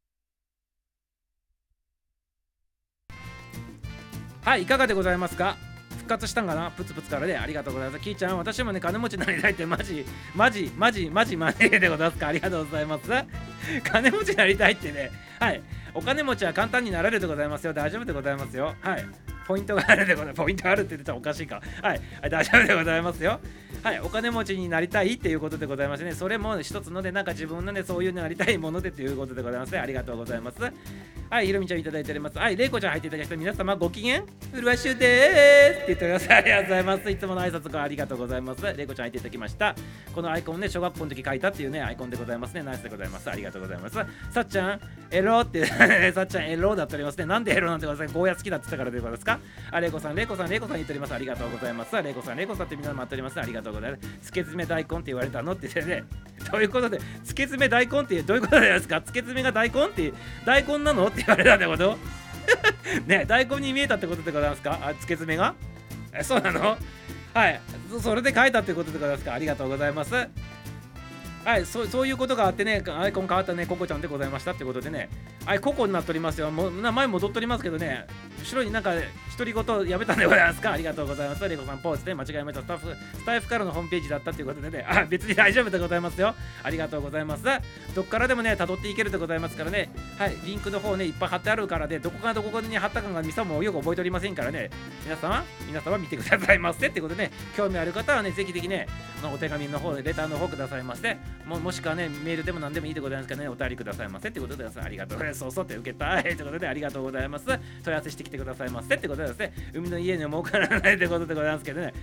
[SPEAKER 1] はい、いかがでございますか。復活したんかな、プツプツからね。ありがとうございます。キーちゃん、私もね、金持ちになりたいってマジでございますか。ありがとうございます。金持ちになりたいってね、はい、お金持ちは簡単になれるでございますよ。大丈夫でございますよ。はい。ポイントがあるでございます。ポイントあるって言ったらおかしいか。はい。大丈夫でございますよ。はい。お金持ちになりたいっていうことでございますね。それも一つのね、なんか自分のね、そういうなりたいものでということでございますね。ありがとうございます。はい。ひろみちゃんいただいております。はい。れいこちゃん入っていただきました。皆様ご機嫌うるわしゅうでーすって言っております。ありがとうございます。いつもの挨拶がありがとうございます。れいこちゃん入っていただきました。このアイコンね、小学校の時書いたっていうね、アイコンでございますね。ナイスでございます。ありがとうございます。さっちゃん、エロって、さっちゃんエロだっておりますね。なんでエロなんてください。ゴーヤ好きだって言ったからでございますか。あ、れいこさん言っております。ありがとうございます。れいこさんってみんな待っております。ありがとうございます。つけ詰め大根って言われたのって言ってね。どういうことで、つけ詰め大根ってどういうことですか。つけ詰めが大根って大根なのって言われたってことね、大根に見えたってことでございますか。つけ詰めがそうなの。はい、それで書いたってことでございますか。ありがとうございます。はい、そういうことがあってね、アイコン変わったね、ココちゃんでございましたってことでね、はい、ココになっておりますよ。もう名前戻っておりますけどね、後ろになんか独り言やめたんでございますか。ありがとうございます。レコさんポーズで間違えました。スタイフからのホームページだったということでね、別に大丈夫でございますよ。ありがとうございます。どっからでもね、辿っていけるでございますからね、はい、リンクの方ね、いっぱい貼ってあるからで、どこからどこに貼ったかがミサもよく覚えておりませんからね、皆様見てくださいませってことでね、興味ある方はね、ぜひぜひね、お手紙の方でレターの方くださいませ。もしくはね、メールでも何でもいいでございますからね、お便りくださいませってことでありがとうございます。そうって受けたいってことでありがとうございます。問い合わせしてきてくださいませってことでですね、海の家には儲からないってことでございますけどね、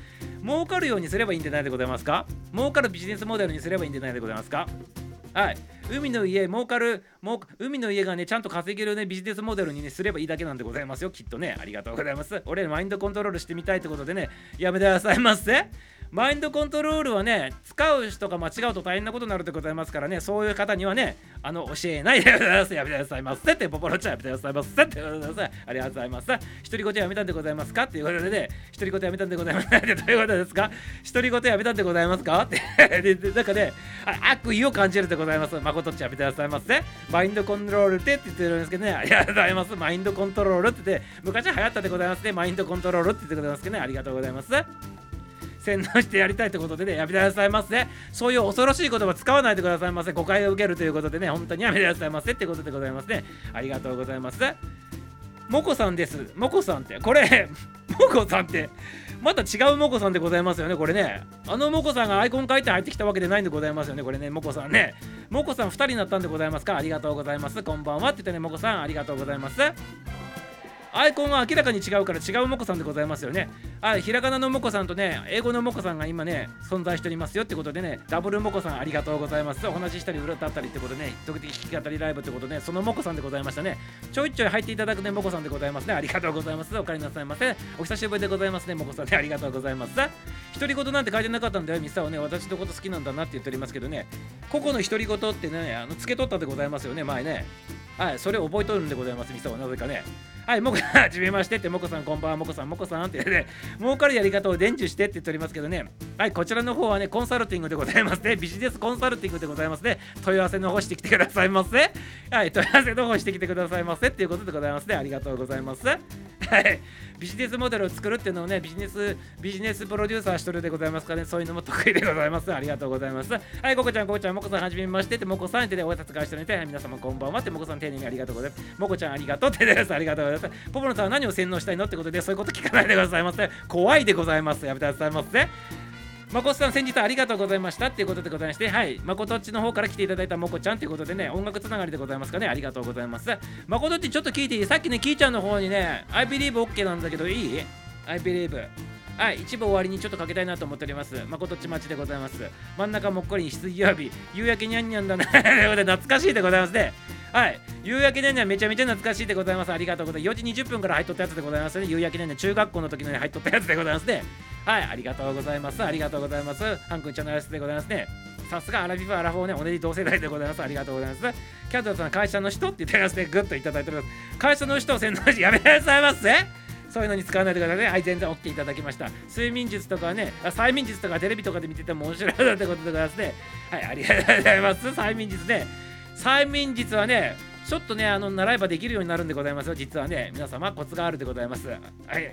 [SPEAKER 1] 儲かるようにすればいいんじゃないでございますか。儲かるビジネスモデルにすればいいんじゃないでございますか。はい、海の家海の家がねちゃんと稼げるねビジネスモデルにねすればいいだけなんでございますよ、きっとね。ありがとうございます。俺マインドコントロールしてみたいってことでね、やめてくださいませ。マインドコントロールはね、使う人が間違うと大変なことになるでございますからね、そういう方にはね、教えないでください。やめてくださいませって、ポポロちゃんやめてくださいませってことでください。ありがとうございます。独り言やめたんでございますかっていうことでね、独り言やめたんでございますかってどういうことですか。独り言やめたんでございますかってでなんかね、悪意を感じるでございます。誠っちゃやめてくださいませ。マインドコントロールって言ってるんですけどね、ありがとうございます。マインドコントロールって言って、昔は流行ったでございますね。マインドコントロールって言ってくださいますけどね、ありがとうございます。洗脳してやりたいということでね、やめてくださいませ。そういう恐ろしい言葉使わないでくださいませ。誤解を受けるということでね、本当にやめてくださいませってことでございますね。ありがとうございます。モコさんです。モコさんって、これ、モコさんって、また違うモコさんでございますよね、これね。モコさんがアイコン書いて入ってきたわけでないんでございますよね、これね、モコさんね。モコさん2人になったんでございますか。ありがとうございます。こんばんはって言ってね、モコさん、ありがとうございます。アイコンは明らかに違うから違うモコさんでございますよね。ひらがなのモコさんとね、英語のモコさんが今ね、存在しておりますよってことでね、ダブルモコさんありがとうございます。お話ししたり歌ったりってことでね、時々弾き語りライブってことで、ね、そのモコさんでございましたね。ちょいちょい入っていただくね、モコさんでございますね。ありがとうございます。お帰りなさいませ。お久しぶりでございますね、モコさんね。ありがとうございます。独り言なんて書いてなかったんだよ、ミサをね、私のこと好きなんだなって言っておりますけどね、個々の独り言ってね、つけとったでございますよね、前ね。はい、それ覚えとるんでございます、ミサはなぜかね。はい、モコさん、はじめましてって、モコさん、こんばんは、モコさん、モコさんってね、儲かるやり方を伝授してって言っておりますけどね、はい、こちらの方はね、コンサルティングでございますね。ビジネスコンサルティングでございますね。問い合わせの方してきてくださいませ。はい、問い合わせの方してきてくださいませっていうことでございますね。ありがとうございます。はい、ビジネスモデルを作るっていうのをね、ビジネスプロデューサー一人でございますからね、そういうのも得意でございます。ありがとうございます。はい、ココちゃん、モコさん、はじめましてって、モコさんってでお挨拶返してみて、皆様こんばんはって、モコさん丁寧にありがとうございます。モコちゃんありがとうってです。ありがとうございます。ポポロさんは何を洗脳したいのってことで、そういうこと聞かないでくださいませ。怖いでございます。やめてくださいませ。まこさん、先日ありがとうございましたっていうことでございまして、はい、まことっちの方から来ていただいたもこちゃんということでね、音楽つながりでございますかね。ありがとうございます。まことっち、ちょっと聞いていい？さっきね、キーちゃんの方にね、I believe OK なんだけど、いい？ I believe。はい、一部終わりにちょっとかけたいなと思っております。まことっち待ちでございます。真ん中もっこりに水曜日、夕焼けにゃんにゃんだな。懐かしいでございますね。はい、夕焼けねんにゃんめちゃめちゃ懐かしいでございます。ありがとうございます。4時20分から入っとったやつでございますね。夕焼けねんにゃん、中学校の時のに入っとったやつでございますね。はい、ありがとうございます。ありがとうございます。ハン君チャンネルでございますね。さすがアラビフアラフォーね、同じ同世代でございます。ありがとうございます。キャットさん、会社の人って言ってますね。グッといただいております。会社の人を洗脳しやめてくださいませ。そういうのに使わないでくださいね。はい、全然 OK いただきました。睡眠術とかね、催眠術とかテレビとかで見てても面白いなってことでございますね。はい、ありがとうございます。催眠術ね。催眠術はね、ちょっとね、習えばできるようになるんでございますよ。実はね、皆様、コツがあるでございます。はい、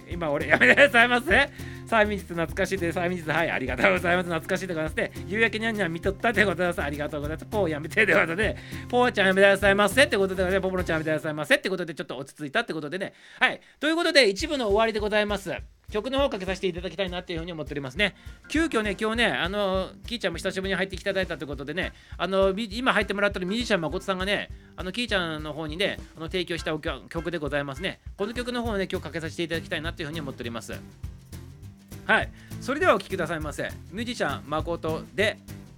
[SPEAKER 1] 今俺、やめてくださいませ。催眠術懐かしいで、催眠術、はい、ありがとうございます。懐かしいでございますね。夕焼けにゃんにゃん見とったでございます。ありがとうございます。ポーやめてでございますね。ポーちゃんやめてくださいませってことでね、ポポロちゃんやめてくださいませってことで、ちょっと落ち着いたってことでね。はい、ということで、一部の終わりでございます。曲の方かけさせていただきたいなっていうふうに思っておりますね。急遽ね、今日ね、キーちゃんも久しぶりに入ってきていただいたということでね、今入ってもらってるミュージシャン誠さんがね、キーちゃんの方にね、提供した曲でございますね。この曲の方をね、今日かけさせていただきたいなっていうふうに思っております。はい、それではお聴きくださいませ。ミュージシャン誠で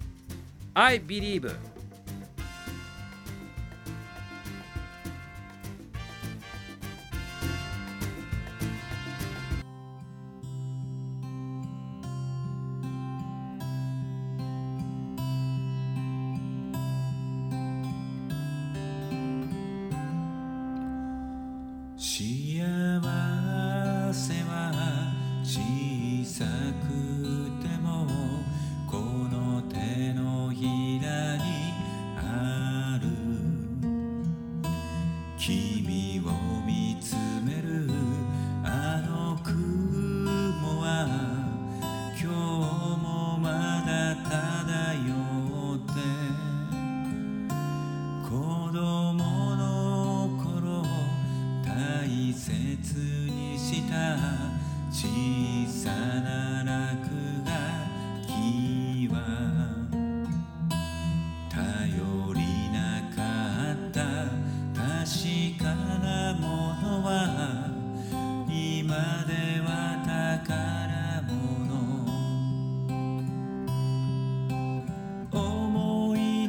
[SPEAKER 1] I Believe。
[SPEAKER 2] 幸せは小さくてもこの手のひらにある。君を見つめるあの雲は今日もまだ漂って子供の頃大切にした小さな落書きは頼りなかった確かなものは今では宝物。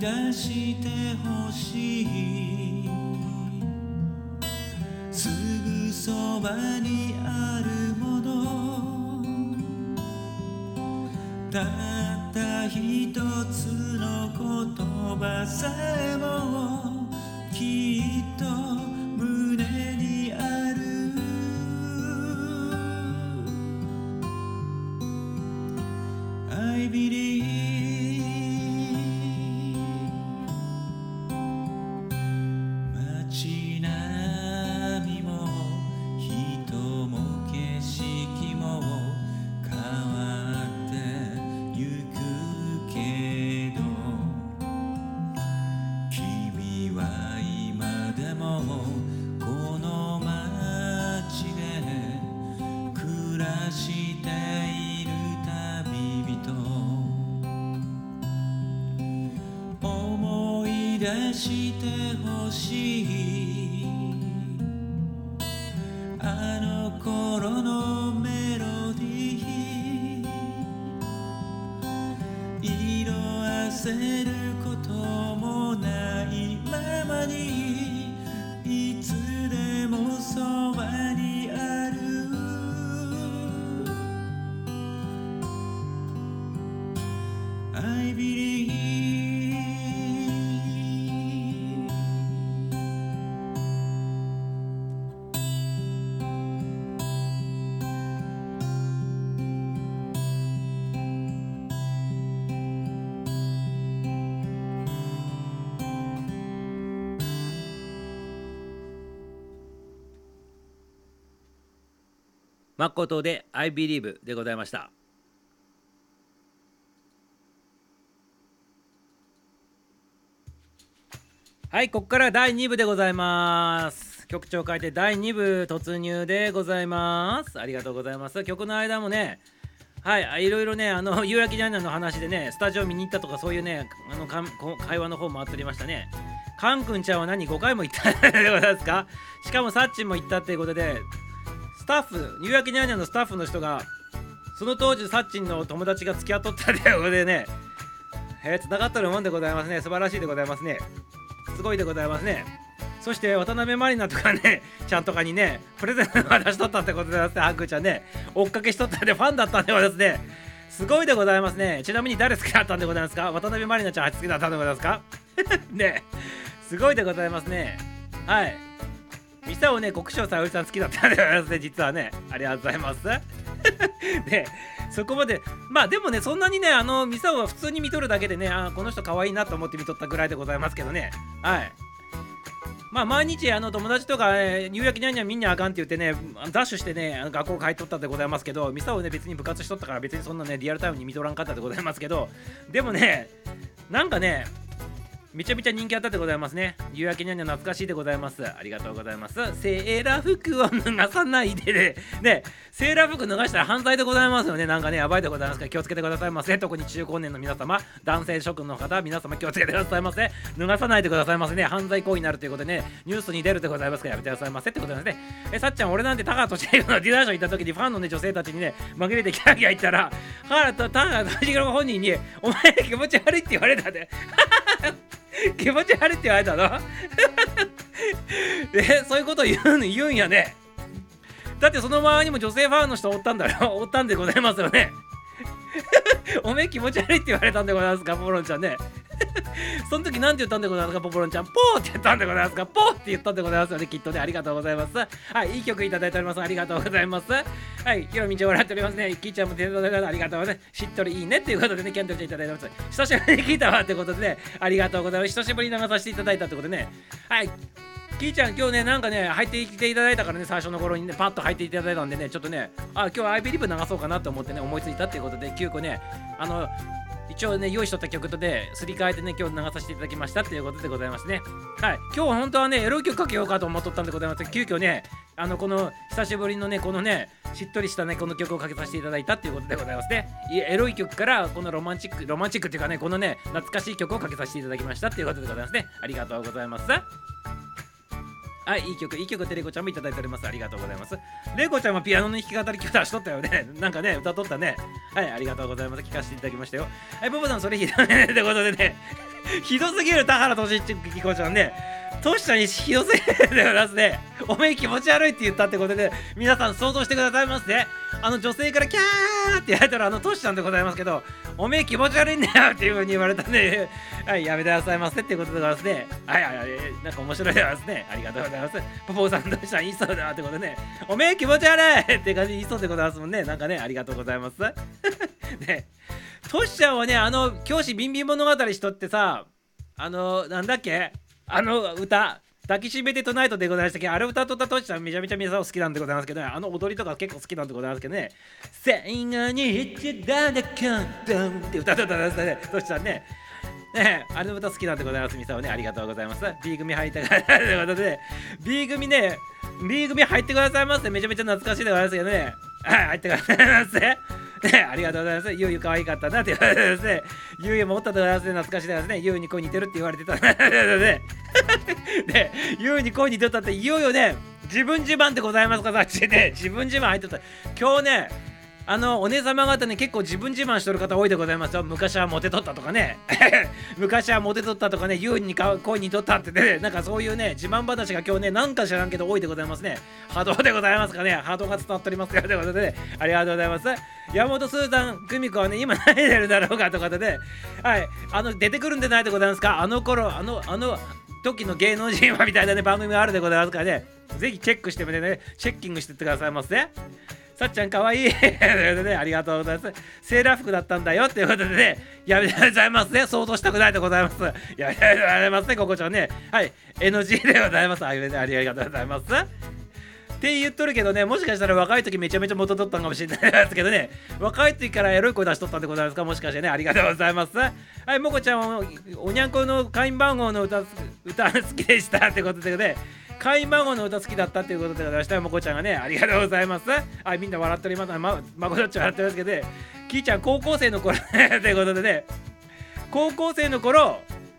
[SPEAKER 2] 出してほしいすぐそばにあるものたった一つの言葉さえもきっと胸にあるI believe 街並みも人も景色も変わってゆくけど君は今でもこの街で暮らしている旅人思い出してほしいあの頃のメロディー色あせることもないままにいつでもそばにあるI believe
[SPEAKER 1] 誠で I believe でございました。はい、ここから第2部でございます。曲調変えて第2部突入でございます。ありがとうございます。曲の間もね、はい、いろいろね、夕焼けジャーナルの話でね、スタジオ見に行ったとかそういうね、会話の方もあっておりましたね。カン君ちゃんは何5回も行ったでございますか。しかもサッチンも行ったっていうことで、スタッフ、夕焼けジャーナルのスタッフの人が、その当時サッチンの友達が付き合っとったということでね、繋がっとるもんでございますね。素晴らしいでございますね。すごいでございますね。そして渡辺満里奈とかね、ちゃんとかにね、プレゼント渡しとったってことでございますね。ハンクちゃんね、追っかけしとったんでファンだったんでございますね。すごいでございますね。ちなみに誰好きだったんでございますか。渡辺満里奈ちゃん好きだったんでございますかね、すごいでございますね。はい。ミサをね、国生さおりさん好きだったんでございますね、実はね。ありがとうございます。で、そこまで、まあでもね、そんなにね、ミサオは普通に見とるだけでね、この人可愛いなと思って見とったぐらいでございますけどね。はい。まあ毎日友達とか、夕焼けにゃんにゃん見んにゃあかんって言ってね、ダッシュしてね、学校帰っとったでございますけど、ミサオね、別に部活しとったから別にそんなね、リアルタイムに見とらんかったでございますけど、でもね、なんかね、めちゃめちゃ人気あったでございますね。夕焼けにゃんにゃん懐かしいでございます。ありがとうございます。セーラー服を脱がさないでね。ね、セーラー服脱がしたら犯罪でございますよね。なんかね、やばいでございますから気をつけてくださいませ。特に中高年の皆様、男性諸君の方、皆様気をつけてくださいませ。脱がさないでくださいませね。犯罪行為になるということでね、ニュースに出るでございますからやめてくださいませってことですね。さっちゃん、俺なんて高橋俊彦のディナーショー行った時にファンのね、女性たちにね、紛れてキャーキャー言ったら、高橋俊彦本人に、お前気持ち悪いって言われたで。気持ち悪いって言われたのそういうことを言うんやね。だってその周りにも女性ファンの人おったんだろ。おったんでございますよね。おめえ気持ち悪いって言われたんでございますか、ポポロンちゃんね。その時なんて言ったんでございますか、ポポロンちゃん。ポーって言ったんでございますか。ポーって言ったんでございますよね、きっとね。ありがとうございます。はい、いい曲いただいております。ありがとうございます。はい、ヒロミちゃん笑っておりますね。キーちゃんも手伝ってありがとうございます。しっとりいいねっていうことでね、キャンドルちゃんいただいてます。久しぶりに聞いたわってことでね、ありがとうございます。久しぶりに流させていただいたってことでね。はい。キーちゃん今日ね、なんかね、入ってきていただいたからね、最初の頃にね、パッと入っていただいたんでね、ちょっとね、今日は I Believe 流そうかなと思ってね、思いついたっていうことで、急遽ね、一応ね、用意しとった曲とですり替えてね、今日流させていただきましたっていうことでございますね。はい。今日は本当はね、エロい曲かけようかと思っとったんでございます。急遽ね、この久しぶりのね、このね、しっとりしたね、この曲をかけさせていただいたっていうことでございますね。エロい曲からこのロマンチックっていうかね、このね、懐かしい曲をかけさせていただきましたっていうことでございますね。ありがとうございます。はい、いい曲ってレコちゃんもいただいております。ありがとうございます。レコちゃんもピアノの弾き語り出しとったよね。なんかね、歌っとったね。はい、ありがとうございます。聞かせていただきましたよ。はい、ボボさんそれ弾いたねってことでね。 ひどすぎる田原俊之子ちゃんね。トシちゃんにひどすぎるでございますね。おめえ気持ち悪いって言ったってことで、皆さん想像してくださいますね。女性からキャーって言われたらトシちゃんでございますけど、おめえ気持ち悪いんだよっていう風に言われたんで、はい、やめてくださいませっていうことでございますね。はいはいはい、なんか面白いでございますね。ありがとうございます。ポポーさん、トシちゃん言いそうだってことでね、おめえ気持ち悪いって感じで言いそうでございますもんね。なんかね、ありがとうございます。ね、トシちゃんはね、教師ビンビン物語しとってさ、なんだっけ歌、抱きしめてトナイトでございましたけど、あれ歌っとったトシちゃんめちゃめちゃ皆さん好きなんでございますけどね、踊りとか結構好きなんでございますけどね、最後に言っちゃだめかんだんって歌っとったんですね、トシちゃんね。あれの歌好きなんでございます、ミサオね、ありがとうございます。B 組入ったからということで、B 組入ってくださいませ。めちゃめちゃ懐かしいでございますけどね。はい、入ってくださいませ。ありがとうございます。ゆうゆ可愛かったなって言われてですね、ゆうゆもおったでございますね、懐かしいでございますね。ゆうに声似てるって言われてたなで、ゆうに声似てたって、いよいよね、自分自慢でございますから、自分自慢入ってた。今日ね、お姉様方ね、結構自分自慢しとる方多いでございますよ。昔はモテとったとかね昔はモテとったとかね、優に恋にとったってね、なんかそういうね、自慢話が今日ね、なんか知らんけど多いでございますね。波動でございますかね、波動が伝わっておりますよということで、ね、ありがとうございます。山本スーザン久美子はね、今何でるだろうかとかでね、はい、出てくるんでないでございますか。時の芸能人はみたいなね、番組があるでございますからね、ぜひチェックしてみてね、チェッキングしてってくださいませ。さっちゃんかわいいということで、ありがとうございます。セーラー服だったんだよっていうことでね、やめてございますね。想像したくないでございます。やめてございますね、ここちゃんね。はい、NG でございます。ありがとうございます。って言っとるけどね、もしかしたら若い時めちゃめちゃ元取ったんかもしれないですけどね、若い時からエロい声出しとったんでございますか、もしかしてね、ありがとうございます。はい、もこちゃんはおにゃんこの会員番号の歌好きでしたってことでね、会員番号の歌好きだったっていうことでございました。もこちゃんがね、ありがとうございます。はい、みんな笑っております。まこどっち笑ってますけどね、きーちゃん高校生の頃ということでね、高校生の頃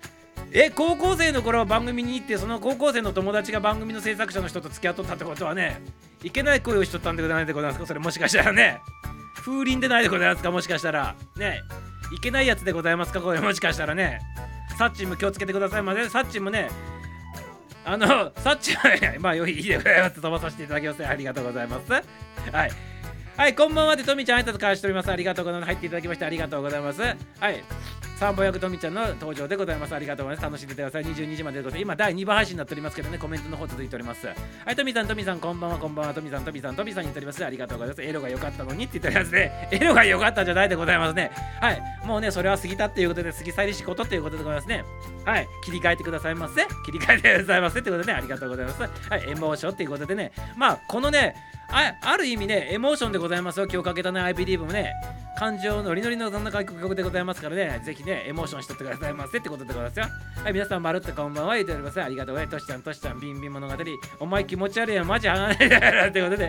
[SPEAKER 1] 番組に行って、その高校生の友達が番組の制作者の人と付き合っとったってことはね、いけない恋をしとったんでございますか、それもしかしたらね、風鈴でないでございますか、もしかしたらね、いけないやつでございますか、これもしかしたらね、サッチンも気をつけてくださいませ。サッチンもね、サッチンはまあいいでございます。飛ばさせていただきます。ありがとうございます。はい。はい、こんばんはでトミちゃん挨拶返しております。ありがとうございます。入っていただきましてありがとうございます。はい。サンボ役トミちゃんの登場でございます。ありがとうございます。楽しんでください。22時まででございます。今、第2部配信になっておりますけどね、コメントの方続いております。はい、トミさん、こんばんは、トミさん言っております。ありがとうございます。エロが良かったのにって言っておりますね。エロが良かったんじゃないでございますね。はい。もうね、それは過ぎたっていうことで、過ぎ去り仕事ということでございますね。はい。切り替えてくださいませ。切り替えてくださいませってことでね、ありがとうございます。はい。エモーションっていうことでね、まあ、このね、ある意味ね、エモーションでございますよ。今日かけたね、I believe もね、感情ノリノリのそんな曲でございますからね、ぜひね、エモーションしとってくださいませってことでございますよ。はい、皆さん、まるっとこんばんは言っております。ありがとうございます。トシちゃん、ビンビン物語、お前気持ち悪いやん、マジはがないだろってことで。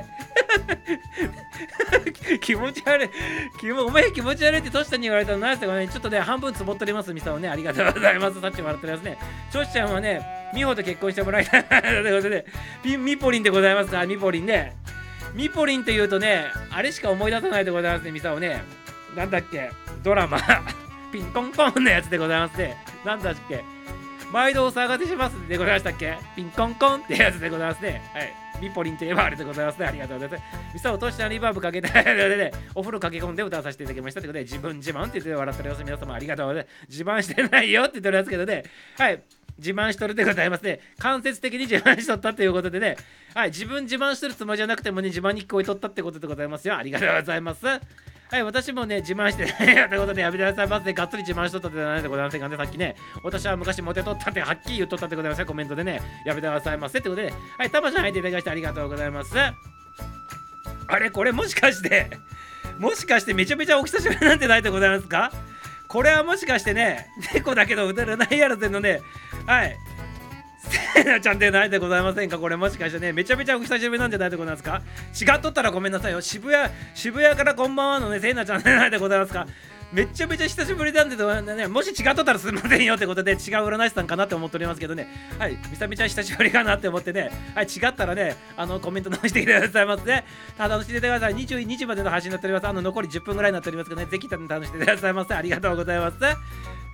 [SPEAKER 1] 気持ち悪い、お前気持ち悪いってトシちゃんに言われたら何ですかね、ちょっとね、半分つぼっております、ミサをね、ありがとうございます。さっき笑っておりますね。トシちゃんはね、ミホと結婚してもらいたいということで、ミポリンでございますから、ミポリンね。ミポリンというとね、あれしか思い出さないでございますね、ミサをね。なんだっけ、ドラマ、ピンコンコンのやつでございますね。なんだっけ、毎度お騒がせしますでございましたっけ、ピンコンコンってやつでございますね。はい。ミポリンといえばあれでございますね。ありがとうございます。ミサをトシちゃんリバーブかけて、ね、お風呂駆け込んで歌わさせていただきましたということで、自分自慢って言って笑っております。皆様ありがとうございます。自慢してないよって言っておりますけどね。はい。自慢しとるでございますね。間接的に自慢しとったということでね。はい。自慢してるつもりじゃなくてもね、自慢に聞こえとったってことでございますよ。ありがとうございます。はい、私もね、自慢してないよってことでやめてくださいませ。がっつり自慢しとったってないでございませんかね。さっきね、私は昔モテとったってはっきり言っとったってございますよ。コメントでね、やめてくださいませってことで、はい、たまちゃん入っていただきましてありがとうございます。あれ、これもしかしてめちゃめちゃお久しぶりなんてないでございますか。これはもしかしてね、猫だけど歌らないやらせのね、はい、せいなちゃんでないでございませんか。これもしかしてね、めちゃめちゃお久しぶりなんじゃないでございますか。違っとったらごめんなさいよ。渋谷からこんばんはのね、せいなちゃんでないでございますか。めちゃめちゃ久しぶりなんでね、もし違っとったらすみませんよってことで、違う占い師さんかなって思っておりますけどね、はい、めちゃめちゃ久しぶりかなって思ってね、はい、違ったらね、コメント直してきてくださいませね。楽しんでください。22時までの配信になっております。残り10分ぐらいになっておりますけどね、ぜひ楽しんでくださいませ。ありがとうございます。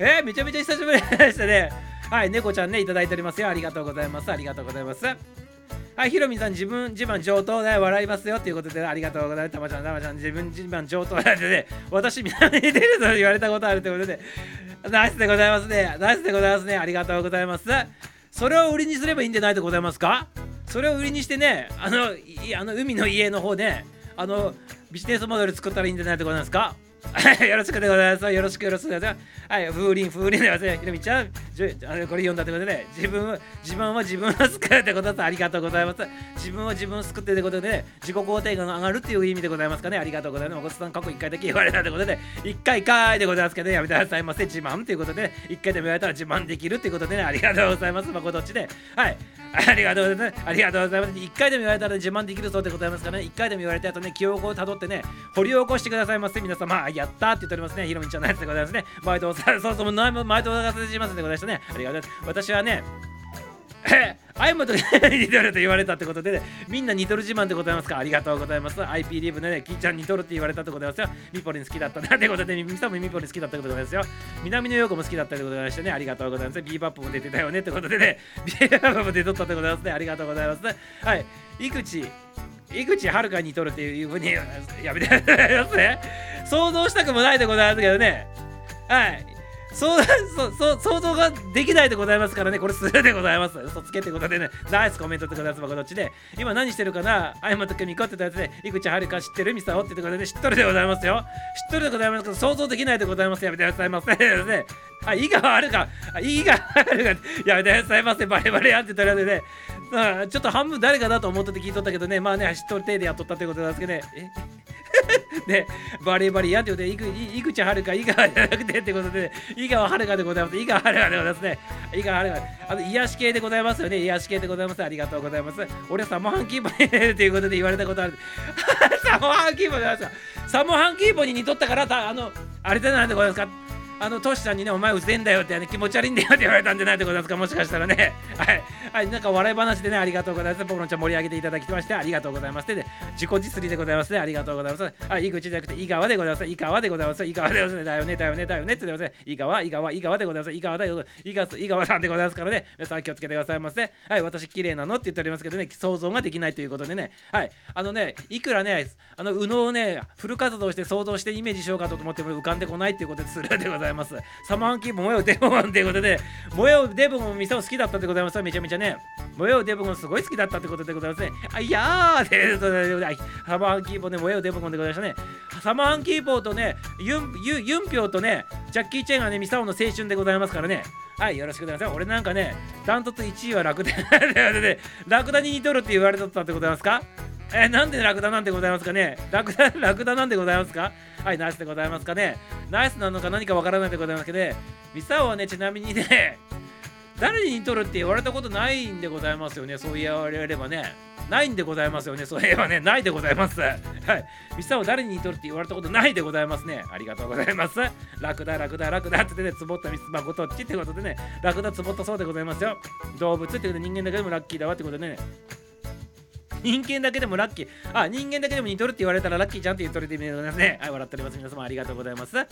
[SPEAKER 1] めちゃめちゃ久しぶりでしたね。はい、猫ちゃんね、いただいておりますよ。ありがとうございます。ありがとうございます。はい、ひろみさん、自慢上等で笑いますよっていうことで、ありがとうございます。たまちゃん、自慢上等なんでね、私、みんなに出ると言われたことあるということで、ナイスでございますね。ナイスでございますね。ありがとうございます。それを売りにすればいいんじゃないでございますか？それを売りにしてね、海の家の方で、ビジネスモデル作ったらいいんじゃないでございますか？よろしくでございます。よろしくでございます。はい、風鈴でございます。ひろみちゃん、これ読んだってことで、自分は自分を救うってことです。ありがとうございます。自分は自分を救ってってことで、ね、自己肯定感が上がるっていう意味でございますかね。ありがとうございます。お子さん過去1回だけ言われたってことで、1回かいでございますけどね、やめてくださいませ。自慢っていうことで、ね、1回でも言われたら自慢できるっていうことでね、ありがとうございます。まこどっちで。はい。ありがとうございます。ありがとうございます。1回でも言われたら自慢できるそうでございますからね。1回でも言われた後ね、記憶をたどってね、掘り起こしてくださいませ。皆様、やったーって言っておりますね。ひろみちゃんのやつでございますね。毎度そう毎度お任せしますでございましたね。ありがとうございます。私はね、アイムと似てると言われたってことで、ね、みんな似とる自慢でございますか？ありがとうございます。IP リブでね、キーちゃん似とるって言われたってことでございますよ。ミポリン好きだったなってことで、ミサもミポリン好きだったってことでございますよ。南の陽子も好きだったってことでございましてね、ありがとうございます。ビーバップも出てたよねってことでね、ビーバップも出とったってことでございますね。ありがとうございます。はい。井口はるかに似とるっていうふうにやめてくださいますね。想像したくもないでございますけどね。はい。想像ができないでございますからね、これスルーでございます。嘘つけってことでね、ナイスコメントってください。こっちで、今何してるかな、あいまとくみこってたやつで、井口はるか知ってるミサオってことでね、知っとるでございますよ。知っとるでございますけど、想像できないでございます。やめてくださいませ。井川はるか、やめてくださいませ。バレバレやってとりあえずね、ちょっと半分誰かだと思ってて聞いとったけどね、まあね、知っとる程度やっとったってことなんですけどね、で、バレバレやってことで、井口はるか、井川じゃなくてってことで、井川はるかでございます。井川はるかでございますね。井川はるか。癒し系でございますよね。癒し系でございます。ありがとうございます。俺、サモハンキーポに入れるということで言われたことある。サモハンキーポでございます。サモハンキーポに似とったから、あれでなんでございますか？トシさんにね、お前うぜんだよって、気持ち悪いんだよって言われたんじゃないでございますか、もしかしたらね。はい、なんか笑い話でね、ありがとうございます。僕のちゃん盛り上げていただきまして、ありがとうございます。で、自己実利でございますね、ありがとうございます。はい、井口じゃなくて、井川でございます。井川でございます。井川でございます。だよねって言ってますね。井川でございます。井川さんでございますからね、皆さん気をつけてくださいませ。はい、私綺麗なのって言っておりますけどね、想像ができないということでね、はい、いくらね、右脳をね、フル活動して想像してイメージしようかと思っても浮かんでこないっていうことでするでございます。サマーキーも燃えよデブゴンということで、燃えよデブゴンミサを好きだったってございます。めちゃめちゃね、燃えよデブゴンすごい好きだったってことでございますね。いやーでサマーキーポーで燃えよデブゴンでございましたね。サマーキーポーとね、ユンピョウとね、ジャッキー・チェンがね、ミサオの青春でございますからね。はい、よろしくお願いします。俺なんかね、ダントツ1位はラクダラクダに似とるって言われとったってございますか？なんでラクダなんでございますかね？ラクダなんでございますか？はい、ナイスでございますかね。ナイスなのか何かわからないでございますけどね、ミサオはね、ちなみにね、誰に似とるって言われたことないんでございますよね。そう言われればね、ないんでございますよね。そういえばね、ないでございます。はい、ミサオ誰に似とるって言われたことないでございますね。ありがとうございます。ラクダって言ってね、つぼったミスマコトッチってことでね、ラクダつぼったそうでございますよ。動物ってことで人間だけでもラッキーだわってことでね、人間だけでもラッキー。人間だけでも似とるって言われたらラッキーちゃんって言っとるって意味でございますね。はい、笑っております。皆様ありがとうございます。はい。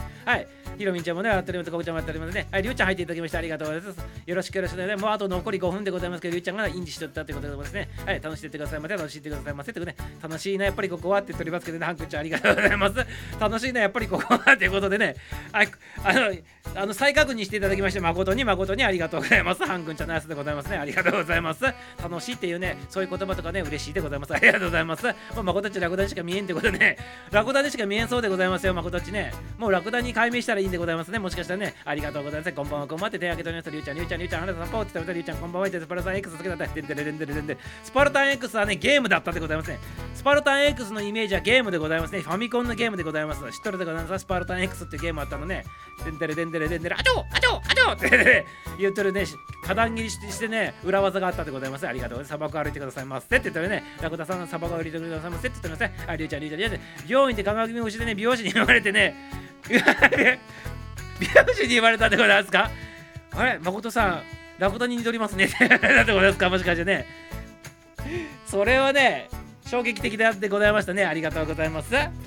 [SPEAKER 1] ひろみんちゃんもね、笑っております。ここちゃんも笑っておりますね。はい、りゅうちゃん入っていただきましてありがとうございます。よろしくお願いします。もうあと残り5分でございますけど、りゅうちゃんがインジしとったってことでございますね。はい、楽しんでってくださいませ。楽しんでくださいませ。ってことでね、楽しいな、やっぱりここはって言っておりますけどね、ハンクちゃんありがとうございます。楽しいな、やっぱりここはということでね、再確認していただきまして誠にありがとうございます。ハンクちゃんのやつでございますね。ありがとうございます。楽しいっていうね、そういう言葉とかね、嬉しいでございます。ありがとうございます。誠っちラクダにしか見えんってことでね、ラクダにしか見えんそうでございますよ。誠っちね、もうラクダに解明したらいいんでございますね。もしかしたらね、ありがとうございます。こんばんは、こんばんはって手挙げております。りゅうちゃん、あなたさん、ポーって食べたりゅうちゃん、こんばんはってスパルタン X 好きだった。スパルタン X はね、ゲームだったでございますね。スパルタン X のイメージはゲームでございますね。ファミコンのゲームでございます。知っとるでございます。スパルタン X ってゲームあったのね。あちょって言っとるね、花壇切りしてね、裏技があったでございます。ありがとうございます。砂漠歩いてくださいませって言ったらね、ラクダさんの砂漠歩いてくださいませって言ってますね。りゅうちゃん、病院で鏡越しでね、美容師に言われてね、美容師に言われたってことなんですか？あれ、誠さん、ラクダに似とりますねってだってことですか？もしかしてね。それはね、衝撃的でございましたね。ありがとうございます。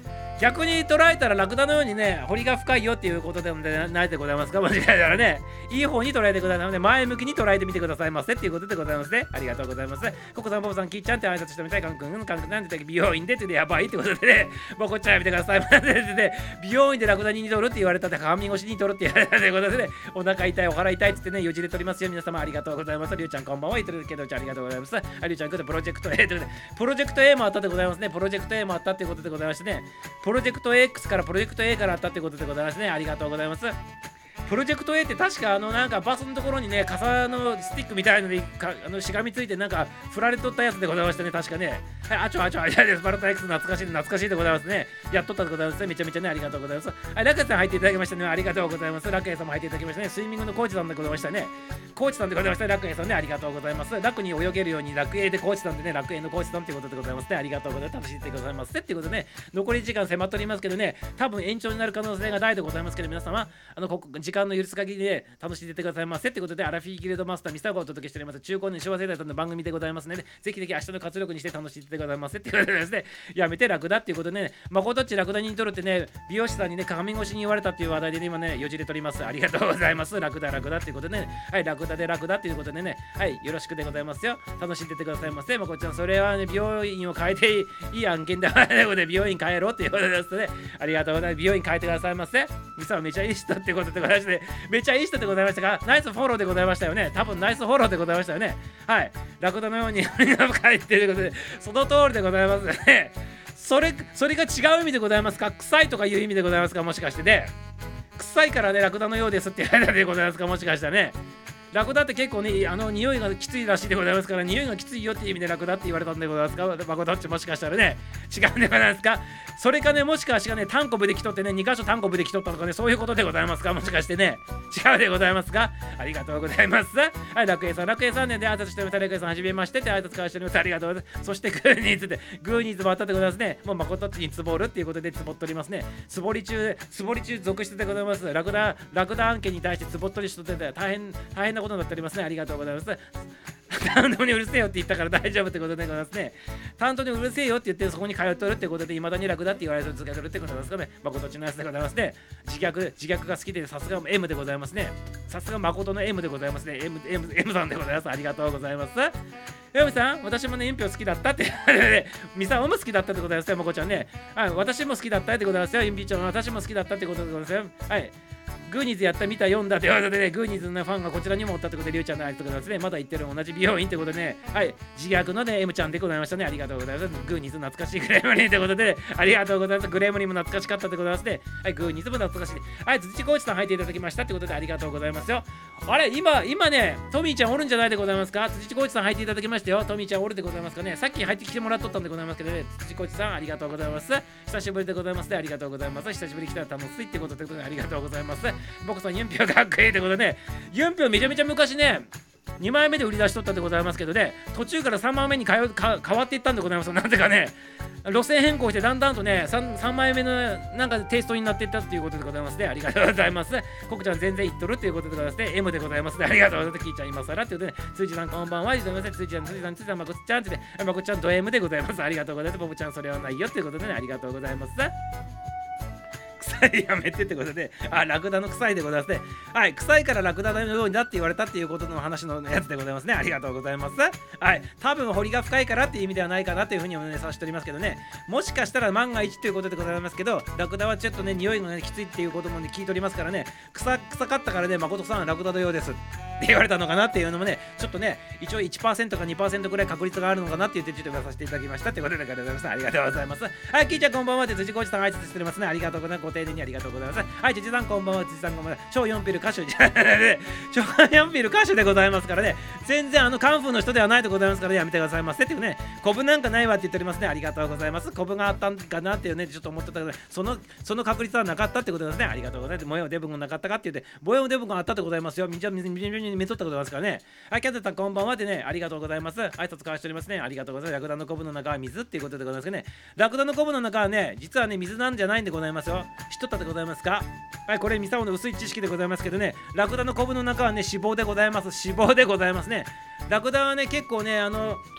[SPEAKER 1] 逆に捉えたらラクダのようにね、彫りが深いよっていうことでもないでございますか。間違えたらね、いい方に捉えてくださいので、前向きに捉えてみてくださいませっていうことでございますね。ありがとうございます。ココさん、ボブさん、キーちゃんって挨拶してみたい、カン君、なんて美容院でってやばいってことでね、もうこっちはやめてくださいませで、美容院でラクダに似とるって言われたって、鏡越しに似とるって言われたということでね、お腹痛い、お腹痛いって言ってね、よじれとりますよ。皆様ありがとうございます。りゅうちゃん、こんばんは。言ってるけど、ありがとうございます。りゅうちゃん、プロジェクト A ということで、プロジェクト A もあったでございますね。プロジェクト A もあったっていうことでございましてね、プロジェクト X からプロジェクト A からあったってことでございますね。ありがとうございます。プロジェクト A って確かなんかバスのところにね、傘のスティックみたいのでしがみついてなんか振られとったやつでございましたね。確かね。はい、あちょ、スパルタ X 懐かしいでございますね。やっとったでございますね。めちゃめちゃね、ありがとうございます。はい、ラケさん入っていただきましたね。ありがとうございます。ラケさんも入っていただきましたね。スイミングのコーチさんでございましたね。コーチさんでございましたね。ラケさんね、ありがとうございます。楽に泳げるように楽栄でコーチさんでね、楽栄のコーチさんということでございますね。ありがとうございます。楽しんでくださいませっていうことでね、残り時間迫っておりますけどね、多分延長になる可能性が大でございますけど、皆様、時間の許す限りで楽しんでいってくださいませってことで、アラフィーギルドマスターミサがお届けしております中高年昭和世代との番組でございますので、ぜひぜひ明日の活力にして楽しんでいってくださいませってことでですね、やめてラクダっていうことでね、誠っちラクダに似とるってね、美容師さんにね、鏡越しに言われたっていう話題でね、今ね、よじれとります。ありがとうございます。ラクダっていうことでね、はい、ラクダっていうことでね、はい、よろしくでございますよ。楽しんでいってくださいませ。こっちゃん、それはね、美容院を変えていい案件だということで、美容院変えろっていうことですね。ありがとうございます。美容院変えてくださいませ。ミサはめちゃいい人ってことでございまして、めちゃいい人でございましたが、ナイスフォローでございましたよね。多分ナイスフォローでございましたよね。はい。ラクダのように深いっていうことで、その通りでございますね。それが違う意味でございますか？臭いとかいう意味でございますか？もしかしてね。臭いからね、ラクダのようですって言われたでございますか？もしかしたらね。ラクダって結構ね、匂いがきついらしいでございますから、匂いがきついよっていう意味でラクダって言われたんでございますか？マコどっちもしかしたらね、違うんでございますか？それかね、もしかしたらね、単コブできとってね、2箇所単コブできとったとかね、そういうことでございますか？もしかしてね、違うでございますか？ありがとうございます。はい、楽栄さんね、で挨拶してみたら、楽栄さんはじめましてって挨拶交わしております。ありがとうございます。そしてグーニーズもあったでございますね。もうマコどっちにつぼるっていうことでつぼっておりますね。つぼり中続出でございます。ラクダ案件に対してつぼっとりしとって大変なことになっておりますね。ありがとうございます。担当にうるせえよって言ったから大丈夫ってことでございますね。担当にうるせえよって言ってそこに通っとるってことで、未だに楽だって言われて続けてるってことですかね。誠っちのやつでございますね。自虐が好きで、さすが M でございますね。さすが誠の M でございますね。M さんでございます。ありがとうございます。ヨミさん、私もね、インピョ好きだったってミサオも好きだったってことですよ、まこちゃんね。はい、私も好きだったってことですよ。インピちゃん、私も好きだったってことでございますよ。はい。グーニーズやった見た読んだということでね、グーニーズのファンがこちらにもおったってことで、りゅうちゃんのありとかですね、まだ言ってる同じ美容院ってことでね、はい、自虐のね、M ちゃんでございましたね。ありがとうございます。グーニーズ懐かしいグレームリンってことで、ね、ありがとうございます。グレームリンも懐かしかったでございますね。はい、グーニーズも懐かしい。はい、土コーチさん入っていただきましたってことで、ありがとうございますよ。あれ、今ね、トミーちゃんおるんじゃないでございますか？土コーチさん入っていただきましたよ。トミーちゃんおるでございますかね。さっき入ってきてもらっとったんでございますけどね、土コーチさんありがとうございます。久しぶりでございますね。ありがとうございます。久しぶりに来たら楽しいってことでありがとうございます。僕さん、ユンピョかっこいいってことでね、ユンピョめちゃめちゃ昔ね、2枚目で売り出しとったでございますけどね、途中から3枚目に変わっていったんでございます。なんてかね、路線変更してだんだんとね 3枚目のなんかテイストになっていったっていうことでございますね。ありがとうございます。ココちゃん全然言っとるっていうことでございますね。 M でございますね。ありがとうございます。キーちゃん今更ってことで、ついじさんこんばんは。すみません。ついじさんまこちゃんってまこちゃんド M でございます。ありがとうございます。ボブちゃんそれはないよっていうことでね、ありがとうございます。臭いやめてってことで、ラクダの臭いでございますね。はい、臭いからラクダのようになって言われたっていうことの話のやつでございますね。ありがとうございます。はい、多分彫りが深いからっていう意味ではないかなというふうにね、察しておりますけどね、もしかしたら万が一ということでございますけど、ラクダはちょっとね、匂いが、ね、きついっていうこともね、聞いておりますからね、臭かったからね、誠さんはラクダのようですって言われたのかなっていうのもね、ちょっとね、一応 1% か 2% ぐらい確率があるのかなって言ってちょっと言わさせていただきましたってことでございます。ありがとうございます。はい、キーちゃんこんばんはって辻コーチさん挨拶しておりますね。ありがとうございます。ご丁寧にありがとうございます。はい、辻さんこんばんは。辻さんこんばんは。超4ピル歌手じゃない超4ピル歌手でございますからね、全然カンフーの人ではないでございますからね、やめてくださいませっていうね、コブなんかないわって言っておりますね。ありがとうございます。コブがあったんかなっていうね、ちょっと思ってたけど、その確率はなかったってことですね。ありがとうございます。モヨデブがなかったかって言って、ボヨデブがあったでございますよ。みんなにめとったことですからね。はい、キャンセルさんこんばんはってね、ありがとうございます。挨拶交わしておりますね。ありがとうございます。ラクダのコブの中は水っていうことでございますけどね、ラクダのコブの中はね、実はね、水なんじゃないんでございますよ。知っとったでございますか？はい、これミサオの薄い知識でございますけどね、ラクダのコブの中はね、脂肪でございます。脂肪でございますね。ラクダはね、結構ね、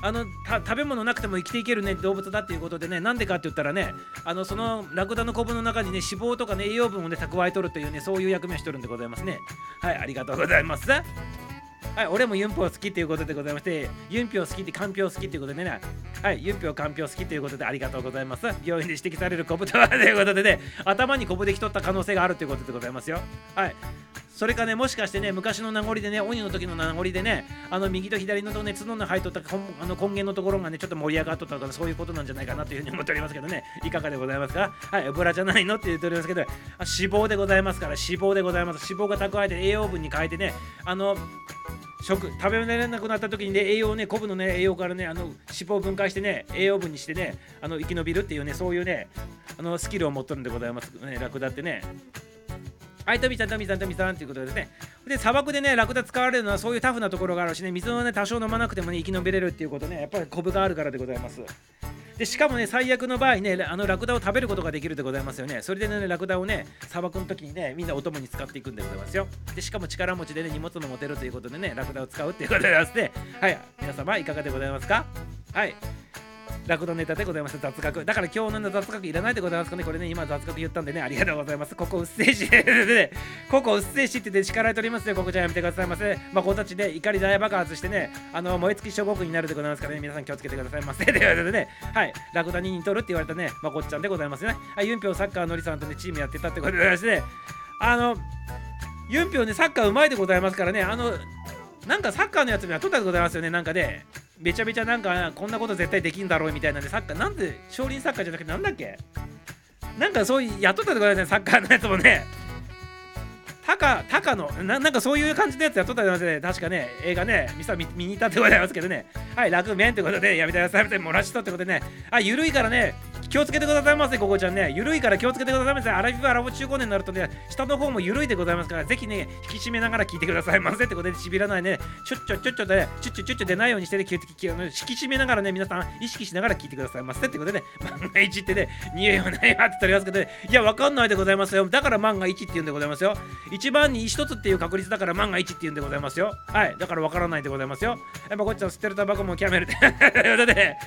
[SPEAKER 1] 食べ物なくても生きていけるね動物だっていうことでね、なんでかって言ったらね、そのラクダのコブの中にね脂肪とかね栄養分をね蓄えとるというね、そういう役目をしてるんでございますね。はい、ありがとうございます。はい、俺もユンピョウ好きということでございまして、ユンピョウ好きってかんぴょう好きということでね、はい、ユンピョウかんぴょう好きということでありがとうございます。病院で指摘されるコブとはということでね、頭にコブできとった可能性があるということでございますよ。はい。それかね、もしかしてね、昔の名残でね、鬼の時の名残でね、右と左のとね、角の生えとった根源のところがね、ちょっと盛り上がっとったとか、そういうことなんじゃないかなというふうに思っておりますけどね、いかがでございますか？はい、油じゃないのって言っておりますけど、脂肪でございますから、脂肪でございます。脂肪が蓄えて栄養分に変えてね、食べられなくなった時にね、栄養をね、コブのね、栄養からね、脂肪を分解してね、栄養分にしてね、生き延びるっていうね、そういうね、スキルを持っとるんでございますね、ラクダってね。はい、トミさんということでですね。で、砂漠でね、ラクダ使われるのはそういうタフなところがあるしね、水をね、多少飲まなくてもね、生き延びれるっていうことね、やっぱりコブがあるからでございます。で、しかもね、最悪の場合ね、ラクダを食べることができるでございますよね。それでね、ラクダをね、砂漠の時にね、みんなお供に使っていくんでございますよ。で、しかも力持ちでね、荷物も持てるということでね、ラクダを使うっていうことでございますね。はい、皆様いかがでございますか？はい。ラクダネタでございます。雑学。だから今日の雑学いらないでございますかね。これね、今雑学言ったんでね、ありがとうございます。ここうっせえし、ここうっせえしって叱られておりますよ。ここじゃやめてくださいませ。まあ、こたちで怒り大爆発してね、燃え尽き諸国になるでございますからね、皆さん気をつけてくださいませ。ということでね、はい、ラクダに似とるって言われたね、まこっちゃんでございますね。はい、ユンピョウサッカーのりさんとね、チームやってたってことでございましてね、ユンピョウね、サッカーうまいでございますからね、なんかサッカーのやつには取ったでございますよね、なんかね。めちゃめちゃなんかこんなこと絶対できんだろうみたいなんで、サッカーなんで少林サッカーじゃなくてなんだっけ、なんかそういうやっとったでございますね、サッカーのやつもね。タカのなんかそういう感じのやつやっとったでございますね、確かね。映画ね、見に行ったってございますけどね。はい、楽麺ってことでやめてくださいませ。漏らしとってことでね、ゆるいからね、気をつけてくださいませ。ここちゃんね、ゆるいから気をつけてくださいませ。アラフィフ中高年になるとね、下の方もゆるいでございますから、ぜひね、引き締めながら聞いてくださいませってことで、しびらないね、ちょっちょで、ちょっちょ出ないようにしてね、引き締めながらね、皆さん意識しながら聞いてくださいませってことでね、万が一ってね、匂いはないわって取りますけどね、いや、わかんないでございますよ。だから万が一って言うんでございますよ。一番に一つっていう確率だから万が一って言うんでございますよ。はい、だからわからないでございますよ。やっぱこっちは吸ってるタバコもキャメルで、ということで、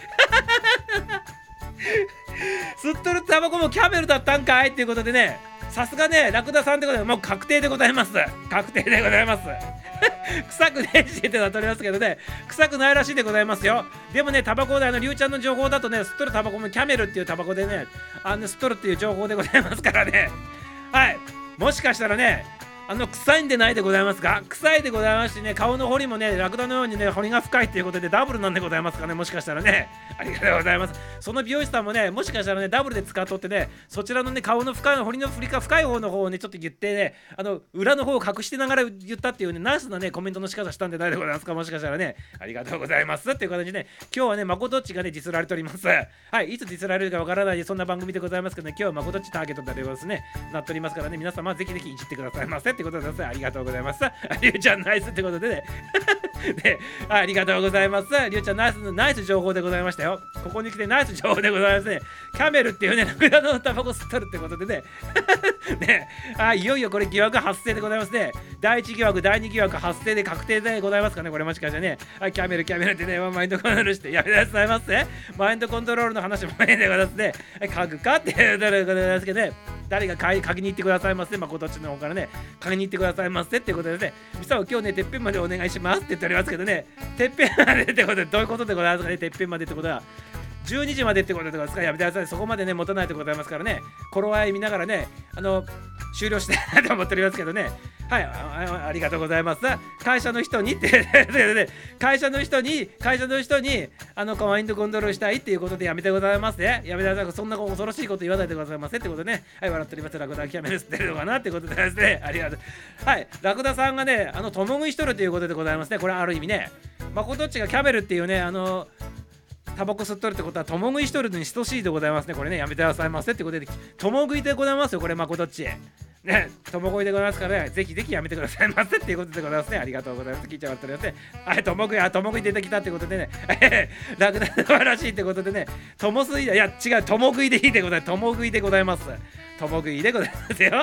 [SPEAKER 1] 吸っとるタバコもキャメルだったんかいっていうことでね、さすがね、ラクダさんってことでもう確定でございます。確定でございます。臭くねえしってなっておりますけどね、臭くないらしいでございますよ。でもね、タバコでリュウちゃんの情報だとね、吸っとるタバコもキャメルっていうタバコでね、吸っとるっていう情報でございますからね。はい、もしかしたらね、臭いんでないでございますか？臭いでございますしね、顔の彫りもね、ラクダのようにね、彫りが深いっていうことでダブルなんでございますかね、もしかしたらね。ありがとうございます。その美容師さんもね、もしかしたらね、ダブルで使っとってね、そちらのね、顔の深い、彫りの深い方の方をね、ちょっと言ってね、裏の方を隠してながら言ったっていうね、ナイスなね、コメントの仕方したんでないでございますか、もしかしたらね。ありがとうございますっていう形でね、今日はね、まことっちがね、ディスられております。はい、いつディスられるかわからないそんな番組でございますけどね、今日はまことっちターゲットでですね、なっておりますからね、皆様ぜひぜひいじってくださいませってことでですね、ありがとうございます。りゅうちゃんナイスってことでね、で、ありがとうございます。りゅうちゃんナイス情報でございましたよ。ここに来てナイス情報でございますね。キャメルっていうね、ラクダのタバコ吸っとるってことでね、ね、いよいよこれ疑惑発生でございますね。第1疑惑、第2疑惑発生で確定でございますかね、これもしかしてね。キャメルってね、マインドコントロールしてやめなさいませ。マインドコントロールの話もいいでございますね。家具かっていうことでございますけどね、誰が鍵に行ってくださいませ。まこっちの方からね、鍵に行ってくださいませってことでね、ミサオ今日ね、てっぺんまでお願いしますって言っておりますけどね、てっぺんまでってことでどういうことでございますかね、てっぺんまでってことは。12時までってことでございますか？やめてください。そこまでね、持たないでございますからね、頃合い見ながらね、終了したいと思っておりますけどね。はい、ありがとうございます。会社の人にって会社の人にマインドコントロールしたいっていうことでやめてございますね。やめてください。そんな恐ろしいこと言わないでくださいませってことでね。はい、笑っております。ラクダキャメル吸ってるのかなってことでですね。ありがとう。はい、ラクダさんがね、共食いしとるということでございますね。これある意味ね、まことっちがキャメルっていうね、タバコ吸っとるってことは共食いしとるのに等しいでございますね。これね、やめてくださいませってことで、共食いでございますよ。これまことっちね、共食いでございますからね、ぜひぜひやめてくださいませっていうことでございますね。ありがとうございます。聞いちゃわれておりますね。はい、共食い出てきたってことでね、ラクダ素晴らしいってことでね、共吸いだ、いや違う、共食いでいいでございます。共食いでございます。共食いでございますよ。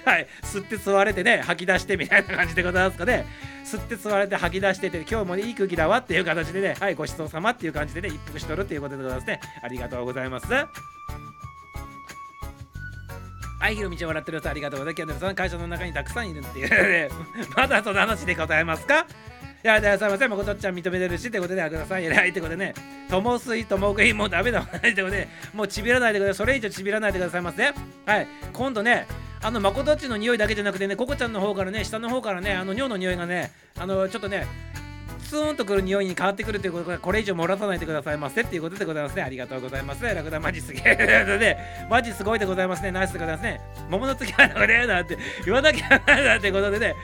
[SPEAKER 1] はい、吸って吸われてね、吐き出してみたいな感じでございますかね。吸って吸われて吐き出してて、今日も、ね、いい空気だわっていう形でね、はい、ごちそうさまっていう感じでね、一服しとるっていうことでございますね。ありがとうございます。はい、ひろみちゃん笑ってるさ、ありがとうございます。キャンドルさん、会社の中にたくさんいるっていうね、まだその話で答えますか？いや、すいません、まことっちゃん認めてるしってことで、あくださん偉いってことでね、ともすいとも食いもうダメだわってことで、もうちびらないでください。それ以上ちびらないでくださいませね。はい、今度ね、まことっちの匂いだけじゃなくてね、ここちゃんの方からね、下の方からね、尿の匂いがね、ちょっとね、ツーンとくる匂いに変わってくるということで、これ以上漏らさないでくださいませっていうことでございますね。ありがとうございます。ラクダマジすげえで、マジすごいでございますね。ナイスでございますね。桃の次はこれだって言わなきゃなってことでね、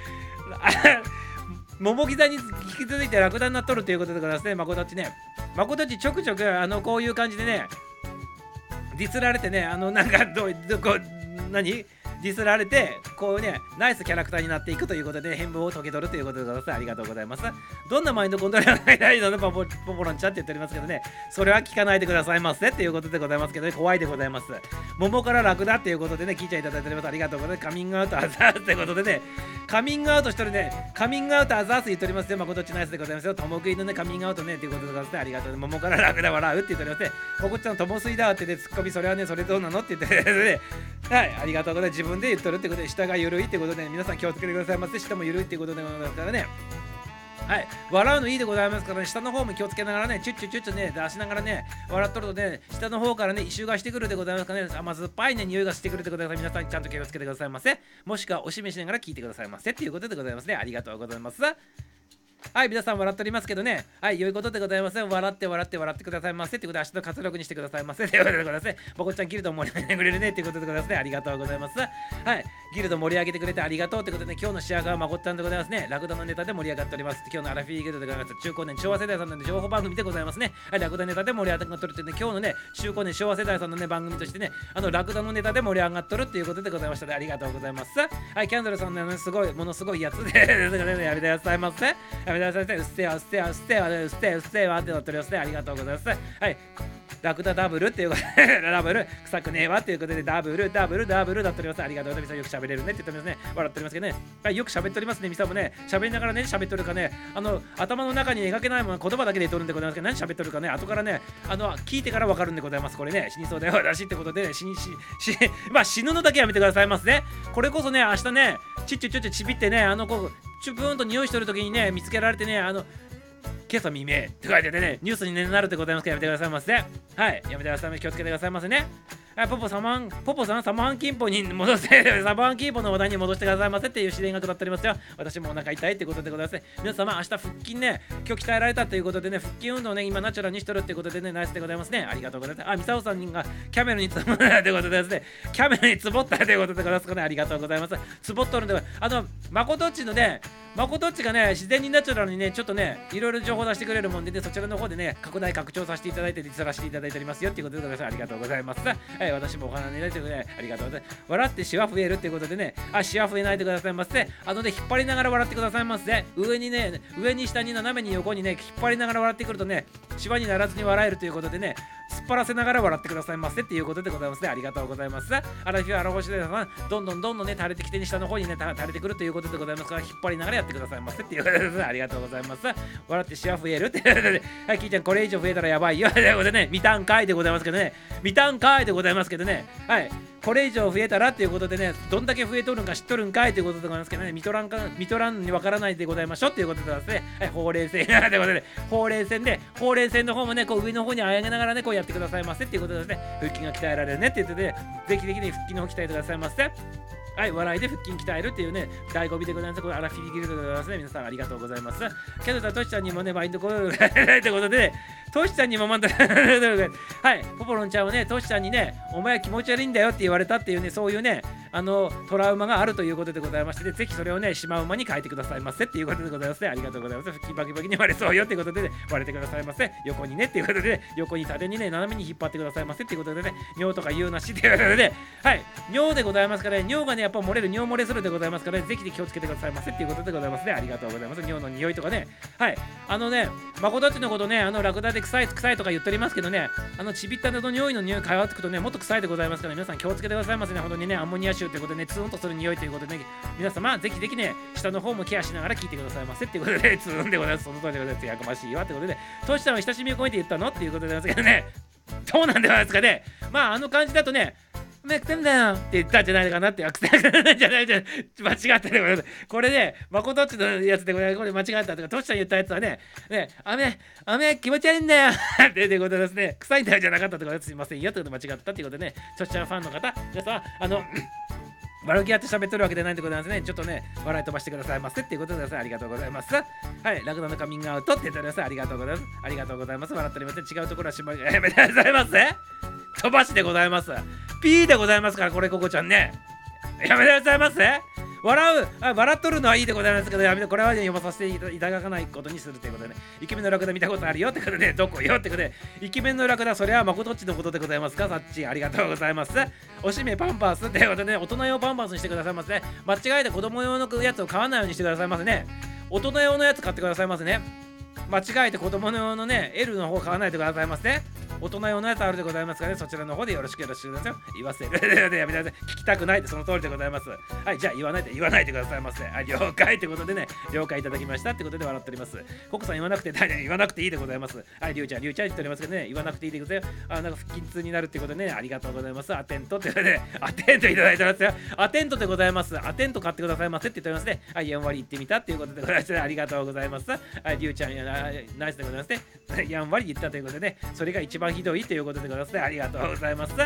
[SPEAKER 1] 桃膝に引き続いてラクダになっとるということでございますね。まことっちね。まことっちちょくちょくこういう感じでね、ディスられてね、なんか何ディスられて、こうね、ナイスキャラクターになっていくということで、変貌を遂げ取るということでございます。ありがとうございます。どんなマインドコントロールがないのポポロンちゃんって言っておりますけどね、それは聞かないでくださいませっていうことでございますけどね、怖いでございます。桃からラクダっていうことでね、聞いていただいております。ありがとうございます。カミングアウトアザースってことでね、カミングアウトしてるね、カミングアウトアザース言っておりますよ。まことっちナイスでございますよ。とも食いのね、カミングアウトねっていうことでございますね。ありがとう。桃からラクダ笑うって言っておりますね。ここっちゃんともすいだってね、ツッコミそれはね、それどうなのって言ってね、はい、ありがとうございます。自分で言っとるってことで、下が緩いってことで、ね、皆さん気をつけてくださいませ。下も緩いってことでございますからね。はい、笑うのいいでございますからね、下の方も気をつけながらね、チュッチュチュッチュね、出しながらね、笑っとるとね、下の方からね、異臭がしてくるでございますからね、甘酸っぱいね、匂いがしてくるでございます。皆さんちゃんと気をつけてくださいませ。もしくはお示しながら聞いてくださいませっていうことでございますね。ありがとうございます。はい、皆さん笑っておりますけどね、はい、良いことでございます。笑ってくださいませってことで、明日の活力にしてくださいませということでございますね。まこっちゃんギルド盛り上げてくれるねっていうことでございますね。ありがとうございます。はい、ギルド盛り上げてくれてありがとうってことで、ね、今日の主役はまこっちゃんでございますね。ラクダのネタで盛り上がっております。今日のアラフィーギルドでございます。中高年昭和世代さんの、ね、情報番組でございますね。はい、ラクダネタで盛り上がってるってね、今日のね、中高年昭和世代さんのね、番組としてね、ラクダのネタで盛り上がっとるっていうことでございましたね。ありがとうございます。はい、キャンドルさんのね、すごい、ものすごいやつで、やめてくださいませ。やめてくださいませ。うっせや、うっせや、うっせや、うっせや、うっせやってなっておりますね。ありがとうございます。はい。ラクダダブルっていうことで、ダブル、臭くねえわっていうことで、ダブルだっております。ありがとうございます。よく喋れるねって言っておりますね。笑っておりますけどね。はい、よく喋っておりますね。ミサもね、喋りながらね、喋っておるかね、頭の中に描けないもの、言葉だけで言っとるんでございますけど、何喋っておるかね、後からね、聞いてから分かるんでございます。これね、死にそうだよ、私ってことで、ね、まあ死ぬのだけやめてくださいますね。これこそね、明日ね、ちちびってね、チュプーンと匂いしてる時にね、見つけられてね、今朝未明って書いててね、ニュースに、ね、なるでございますからやめてくださいませ。はい、やめてくださいませ。気をつけてくださいませね。はい、ポポさん、サマハンキンポに戻して、サマハンキンポの話題に戻してくださいませっていう指令が下っておりますよ。私もお腹痛いってことでございますね。皆様、明日腹筋ね、今日鍛えられたということでね、腹筋運動ね、今ナチュラルにしとるってことでね、ナイスでございますね。ありがとうございます。ミサオさんがキャメルにつぼったということでですね、キャメルにつぼったということでございますね。ありがとうございます。つぼっとるんで、まことっちのね、まことっちがね、自然にナチュラルにね、ちょっとね、いろいろ情報出してくれるもんで、ね、そちらの方でね、拡張させていただいて、実らせていただいておりますよっていうことでございます。ありがとうございます。はい、私もお花に入れてくれ、ありがとうございます。笑ってシワ増えるっていうことでね、シワ増えないでくださいませ。引っ張りながら笑ってくださいませ。上に下に斜めに横にね、引っ張りながら笑ってくるとね、シワにならずに笑えるということでね、突っ張らせながら笑ってくださいませっていうことでございますね。ありがとうございます。アラフィア、アラフォシデさん、どんどんね、垂れてきて、下の方にね、垂れてくるということでございますから、引っ張りながらやってくださいませっていうことです。ありがとうございます。笑ってシワ増えるっていうことで、はい、キーちゃん、これ以上増えたらやばいよ。ということでね、見たんかいでございますけどね、はい。これ以上増えたらっていうことでね、どんだけ増えとるんか知っとるんかいということでございますけどね、見とらんにわからないでございましょうっていうことでですね、はい、ほうれい線ということで、ほうれい線の方もね、こう上の方に上げながらね、こうやってくださいませっていうことでですね、腹筋が鍛えられるねって言ってて、ぜひね、腹筋の方鍛えてくださいませ。はい、笑いで腹筋鍛えるっていうね、醍醐味でございます。これアラフィーギルドでございますね。皆さんありがとうございます。けどさ、トシちゃんにもね、マインドコールがないってことで、トシちゃんにもまたはい、ポポロンちゃんはね、トシちゃんにね、お前は気持ち悪いんだよって言われたっていうね、そういうね、トラウマがあるということでございまして、ね、ぜひそれをね、シマウマに変えてくださいませっていうことでございますね。ありがとうございます。腹筋バキバキに割れそうよっていうことで、ね、割れてくださいませ。横にねっていうことで、ね、横に縦にね、斜めに引っ張ってくださいませっていうことでね、尿とか言うなしっていうことでね、はい、尿でございますからね、尿がね、やっぱ漏れる、尿漏れするでございますからね、ぜひ気をつけてくださいませっていうことでございますね。ありがとうございます。尿の匂いとかね、はい、まことっちのことね、ラクダで臭いとか言っておりますけどね、ちびったの匂い嗅わってくとね、もっと臭いでございますから、ね、皆さん気をつけてくださいませね。本当にね、アンモニア臭臭ということでね、ツーンとする匂いということでね、皆様ぜひぜひね、下の方もケアしながら聞いてくださいませっていうことで、ツーンでございます。その通りでございます。やかましいわってことで、トシさんは親しみを込めて言ったのっていうことでございますけどね、どうなんでございますかね。まあ、あの感じだとね、めくてんだよって言ったんじゃないかなってアクセルじゃないじゃ間違ったでございます。これね、まことっちのやつでございます。これ間違ったとか、トシちゃん言ったやつはね、雨気持ち悪いんだよっていうことですね、臭いんだよじゃなかったとか、すいませんよってことで間違ったっていうことでね、トシちゃんファンの方、皆さん、悪気あって喋ってるわけでないってことなんですね。ちょっとね、笑い飛ばしてくださいませっていうことでありがとうございます。はい、ラクダのカミングアウトって言っております。ありがとうございます。ありがとうございます。笑っておりません。違うところはやめてくださいませ。飛ばしでございます。P でございますから、これココちゃんね。やめてくださいませ。笑っとるのはいいでございますけど、やめて、これは、ね、読まさせていただかないことにするということでね、イケメンのラクダ見たことあるよってことで、どこよってことで、イケメンのラクダ、それはまことっちのことでございますか、さっち、ありがとうございます。おしめパンパースってことでね、大人用パンパースにしてくださいませね。間違えて子供用のやつを買わないようにしてくださいませね。大人用のやつ買ってくださいませね。間違えて子供の用のね、L の方買わないでくださいませね。大人用のやつあるでございますからね、そちらの方でよろしくください。言わせるやめてください。聞きたくないってその通りでございます。はい、じゃあ言わないでくださいませ。はい、了解ってことでね、了解いただきましたってことで笑っております。ココさん言わなくていいでございます。はい、りゅうちゃん言っておりますけどね、言わなくていいでございます。なんか腹筋痛になるってことでね、ありがとうございます。アテントってことで、アテントいただいてますよ。アテントでございます。アテント買ってくださいませって言っておりますね。はい、4割行ってみたっていうことでございます。ありがとうございます。はい、りゅうちゃんナイスでございますね。4割言ったということでね、それが一番ひどいということでございますね。ありがとうございます。はい、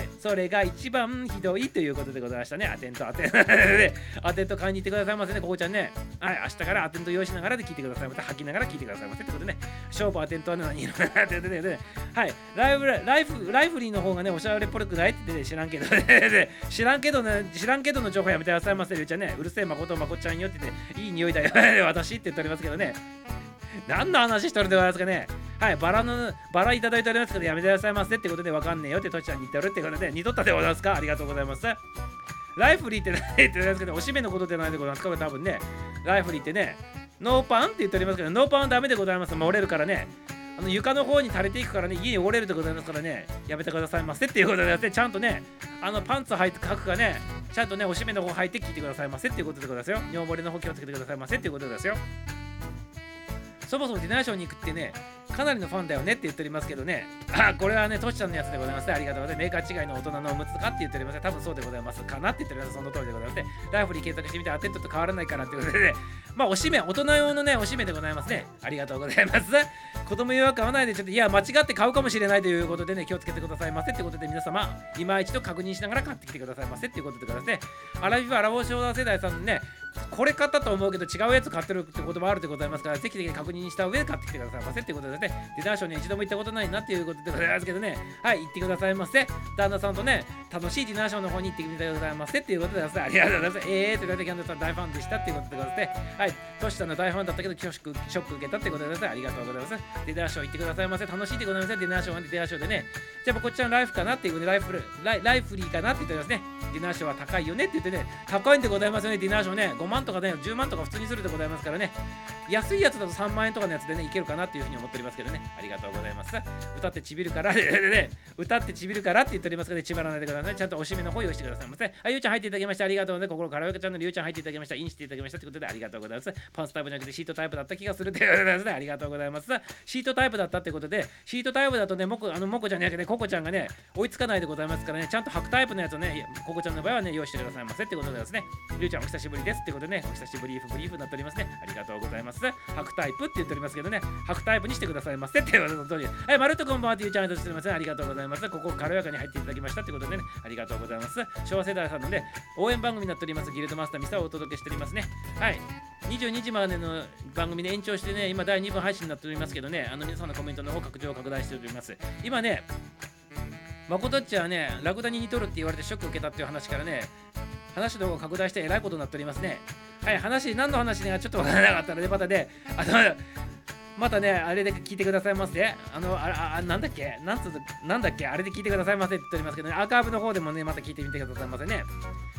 [SPEAKER 1] それが一番ひどいということでございましたね。アテントアテント買いに行ってくださいませね、ここちゃんね。はい、明日からアテント用意しながらで聞いてくださいませ。吐きながら聞いてくださいませってことでね、勝負アテントは何色なってね、はい、ライフリーの方がね、おしゃれっぽくないってね、知らんけど知らんけどの情報やめてくださいませ、りゅうちゃんね。うるせえまこちゃんよってね、いい匂いだよ私って言っておりますけどね。何の話しとるでございますかね。はい、バラいただいておりますけど、やめてくださいませってことでわかんねえよってトシちゃんに言っておるってことで、似とったでございますか。ありがとうございます。ライフリーって何って言っておりますけど、おしめのことでないでございますか。これ多分ね、ライフリーってね、ノーパンって言っておりますけど、ノーパンはダメでございます。漏れるからね。床の方に垂れていくからね、家に折れるでございますからね、やめてくださいませっていうことでやって、ちゃんとね、パンツ履いて書くかね、ちゃんとね、おしめの方履いて聞いてくださいませっていうことでございますよ。尿漏れの方気をつけてくださいませっていうことでございますよ。そもそもディナーショーに行くってね、かなりのファンだよねって言っておりますけどね、これはね、トシちゃんのやつでございますね。ありがとうございます。メーカー違いの大人のおむつかって言っておりますね。多分そうでございます。かなって言っております。その通りでございますね。ライフリー検索してみて、アテントと変わらないからってことでね、まあ、おしめ、大人用のね、おしめでございますね。ありがとうございます。子供用は買わないで、ちょっと、いや、間違って買うかもしれないということでね、気をつけてくださいませってことで、皆様、今一度確認しながら買ってきてくださいませっていうことでございますね。アラフィフ、アラボーショーダー世代さんのね、これ買ったと思うけど違うやつ買ってるってこともあるでございますから、ぜひぜひ確認した上で買ってきてくださいませっていうことでね、ディナーショーに一度も行ったことないなっていうことでございますけどね、はい、行ってくださいませ。旦那さんとね、楽しいディナーショーの方に行ってみてくださいませっていうことでございます。ありがとうございます。ということで、キャンドルさん大ファンでしたっていうことでございますね。はい、トシさんの大ファンだったけど、ショック受けたってことでございます。ありがとうございます。ディナーショー行ってくださいませ。楽しいでございます。ディナーショーでね、じゃあこっちのライフかなっていうことで、ライフリーかなって言ってますね。ディナーショーは高いよねって言ってね、高いんでございますよね。ディナーショーね、5万とかね、10万とか普通にするでございますからね、安いやつだと3万円とかのやつでね、いけるかなっていうふうに思っておりますけどね、ありがとうございます。歌ってちびるから歌ってちびるからって言っておりますけど、ちばらないでください。ちゃんとおしめの方用意してくださいませ。ゆうちゃん入っていただきまして、ありがとうね。心からやかちゃんのりゅうちゃん入っていただきました。インしていただきましたということで、ありがとうございます。パンツタイプじゃなくてシートタイプだった気がするということでございますね。ありがとうございます。シートタイプだったってことで、シートタイプだとね、もこちゃんじゃなくて、ココちゃんがね、追いつかないでございますからね、ちゃんと履くタイプのやつをね、ココちゃんの場合はね、用意してくださいませってことでですね、りゅうちゃんお久しぶりですってことでね、お久しぶりブリーフになっておりますね。ありがとうございます。履くタイプって言っておりますけどね、履くタイプにしてくださいませっていうことの通り。はい、まるっとこんばんはっていうチャンネルとしておりますね。ありがとうございます。ここ軽やかに入っていただきましたってことでね、ありがとうございます。昭和世代さんのね、応援番組になっております、ギルドマスターミサをお届けしておりますね。はい。22時までの番組で延長してね、今第2部配信になっておりますけどね、皆さんのコメントの方拡大しております。今ね、まことっちはね、ラクダに似とるって言われてショック受けたっていう話からね、話の方が拡大してえらいことになっておりますね。はい、何の話がちょっとわからなかったので、またね、またね、あれで聞いてくださいませ。なんだっけあれで聞いてくださいませって言っておりますけどね、アーカイブの方でもね、また聞いてみてくださいませね。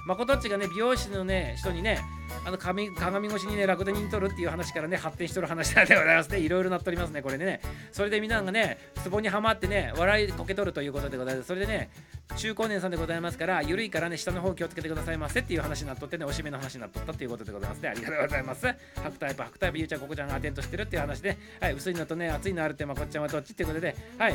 [SPEAKER 1] 誠っちがね美容師のね人にね鏡越しにねラクダに似とるっていう話からね発展しとる話なんでございますね。いろいろなっておりますねこれでね。それで皆さんがねツボにはまってね笑いこけとるということでございます。それでね中高年さんでございますから緩いからね下の方気をつけてくださいませっていう話になっとってねおしめの話になっとったっていうことでございますね。ありがとうございます。白タイプゆうちゃんここちゃんがアテントしてるっていう話で、はい、薄いのとね厚いのあるってまこっちゃんはどっちっていうことで、はい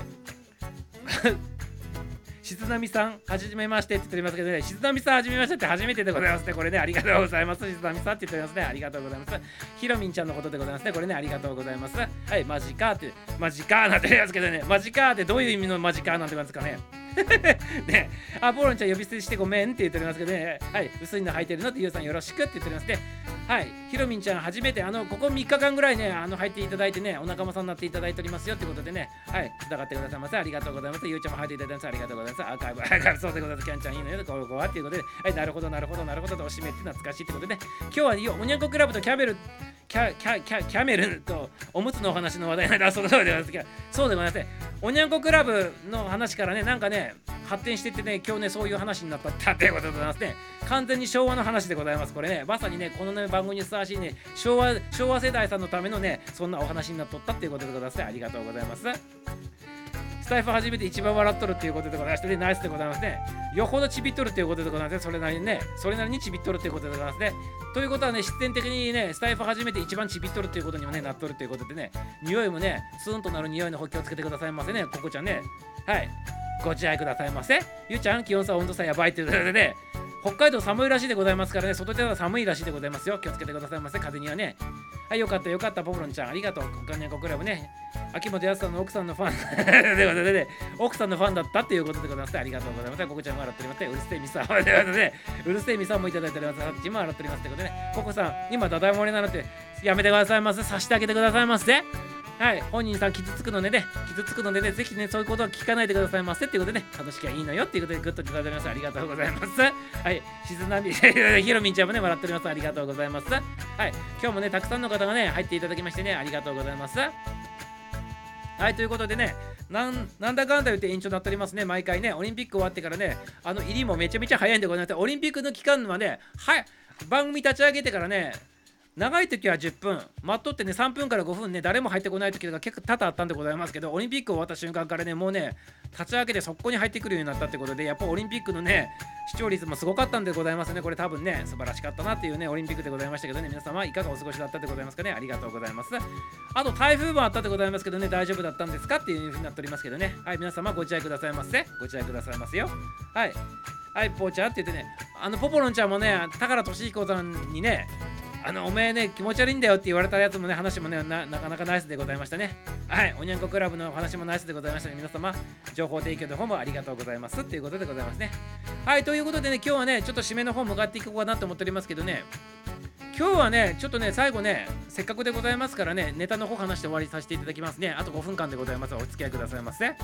[SPEAKER 1] 静波さん、はじめましてって言っておりますけどね、静波さん、はじめましてって初めてでございますね。これね、ありがとうございます。静波さんって言っておりますね。ありがとうございます。ひろみんちゃんのことでございますね。これね、ありがとうございます。はい、マジかって、マジかなんて言いますけどね、マジかってどういう意味のマジかなんて言いますかね。ね、ポロンちゃん呼び捨てしてごめんって言っておりますけどね、はい、薄いの履いてるのってゆうさんよろしくって言っておりますね。はい、ひろみんちゃん初めてここ3日間ぐらいね入っていただいてねお仲間さんになっていただいておりますよってことでね、はいつながってくださいませ。ありがとうございます。ゆうちゃんも入っていただいてます。ありがとうございます。アーカイブそうでございます。キャンちゃんいいのよこうっていうことで、はいなるほどとおしめって懐かしいってことで、今日はおにゃんこクラブとキャメルとおむつのお話の話題なんだそうでございますけど、そうでございますね。おにゃんこクラブの話からねなんかね発展してってね今日ねそういう話になったってことでございますね。完全に昭和の話でございます。これねまさにねこのね番組にふさわしいね昭和世代さんのためのねそんなお話になっとったっていうことでございますね。ありがとうございます。スタイフ初めて一番笑っとるっていうことでございましてねナイスでございますね。よほどちびっとるっていうことでございますね。それなりにちびっとるっていうことでございますね。ということはね必然的にねスタイフ初めて一番ちびっとるっていうことにもねなっとるっていうことでね匂いもねツーンとなる匂いの方気をつけてくださいませね。ここちゃんねはいご自愛くださいませ。ゆうちゃん気温差温度差やばいっていうことでね北海道寒いらしいでございますからね外では寒いらしいでございますよ。気をつけてくださいませ風にはね。はいよかったポポロンちゃんありがとう。ガニャンコクラブね秋元康さんの奥さんのファンということでね奥さんのファンだったっていうことでございます。ありがとうございます。ここちゃんも笑っております。うるせえみさんということでうるせえみさんもいただいております。あっちも笑っておりますということでねここさん今ダダ漏れなのでやめてくださいませ。さしてあげてくださいませ。はい、本人さん傷つくのでね、ぜひね、そういうことは聞かないでくださいませっていうことでね、楽しきゃいいのよっていうことでグッといただいております。ありがとうございます。はい、静波、ひろみんちゃんもね、笑っております。ありがとうございます。はい、今日もね、たくさんの方がね、入っていただきましてね、ありがとうございます。はい、ということでね、なんだかんだ言って延長になっておりますね。毎回ね、オリンピック終わってからね、入りもめちゃめちゃ早いんでございます。オリンピックの期間はね、番組立ち上げてからね、長い時は10分、待っとってね、3分から5分ね、誰も入ってこない時が結構多々あったんでございますけど、オリンピック終わった瞬間からね、もうね、立ち上げて速攻に入ってくるようになったってことで、やっぱオリンピックのね、視聴率もすごかったんでございますね。これ多分ね、素晴らしかったなっていうね、オリンピックでございましたけどね、皆様いかがお過ごしだったでございますかね。ありがとうございます。あと、台風もあったでございますけどね、大丈夫だったんですかっていう風になっておりますけどね。はい、皆様ご自愛くださいませ。ご自愛くださいますよ。はい。はい、ぽーちゃんって言ってね、ポポロンちゃんもね、宝俊彦さんにね、おめえね気持ち悪いんだよって言われたやつもね話もねなかなかナイスでございましたね。はいおにゃんこクラブの話もナイスでございましたね。皆様情報提供の方もありがとうございますっていうことでございますね。はいということでね今日はねちょっと締めの方向かっていこうかなと思っておりますけどね、今日はねちょっとね最後ねせっかくでございますからねネタの方話して終わりさせていただきますね。あと5分間でございます。お付き合いくださいませ。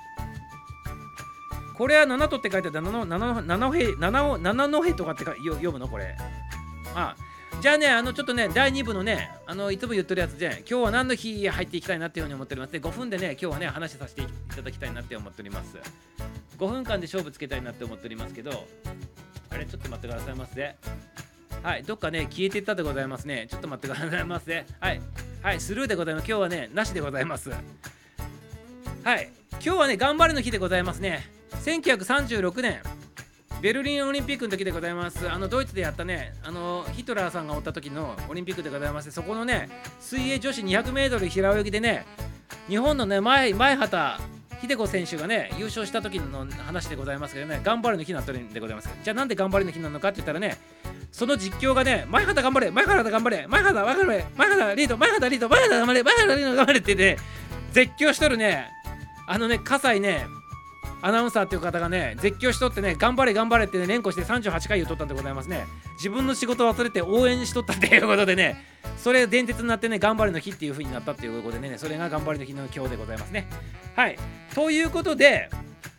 [SPEAKER 1] これは7とって書いてある7のへとかって読むのこれ。じゃあね、ちょっとね、第2部のね、いつも言ってるやつで、今日は何の日入っていきたいなっていうふうに思っておりますね。5分でね、今日はね、話させていただきたいなって思っております。5分間で勝負つけたいなって思っておりますけど、あれ、ちょっと待ってくださいませ。はい、どっかね、消えていったでございますね。ちょっと待ってくださいませ。はい、スルーでございます。今日はね、なしでございます。はい、今日はね、頑張れの日でございますね。1936年。ベルリンオリンピックの時でございます。ドイツでやったね、ヒトラーさんがおった時のオリンピックでございまして、そこのね、水泳女子 200m 平泳ぎでね、日本のね、前畑秀子選手がね、優勝した時の話でございますけどね、頑張れの日になってるんでございます。じゃあなんで頑張れの日なのかって言ったらね、その実況がね、前畑頑張れ、前畑頑張れ、前畑リード、前畑リード、前畑頑張れ、前畑リード頑張れってね、絶叫しとるね、葛西ね、アナウンサーっていう方がね絶叫しとってね頑張れ頑張れってね連呼して38回言っとったんでございますね。自分の仕事を忘れて応援しとったっていうことでねそれ伝説になってね頑張れの日っていう風になったっていうことでねそれが頑張れの日の今日でございますね。はいということで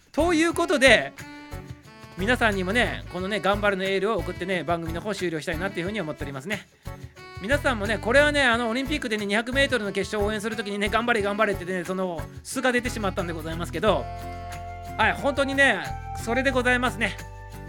[SPEAKER 1] 皆さんにもねこのね頑張れのエールを送ってね番組の方終了したいなっていう風に思っておりますね。皆さんもねこれはねオリンピックでね 200m の決勝を応援するときにね頑張れ頑張れってねその素が出てしまったんでございますけど、はい本当にねそれでございますね。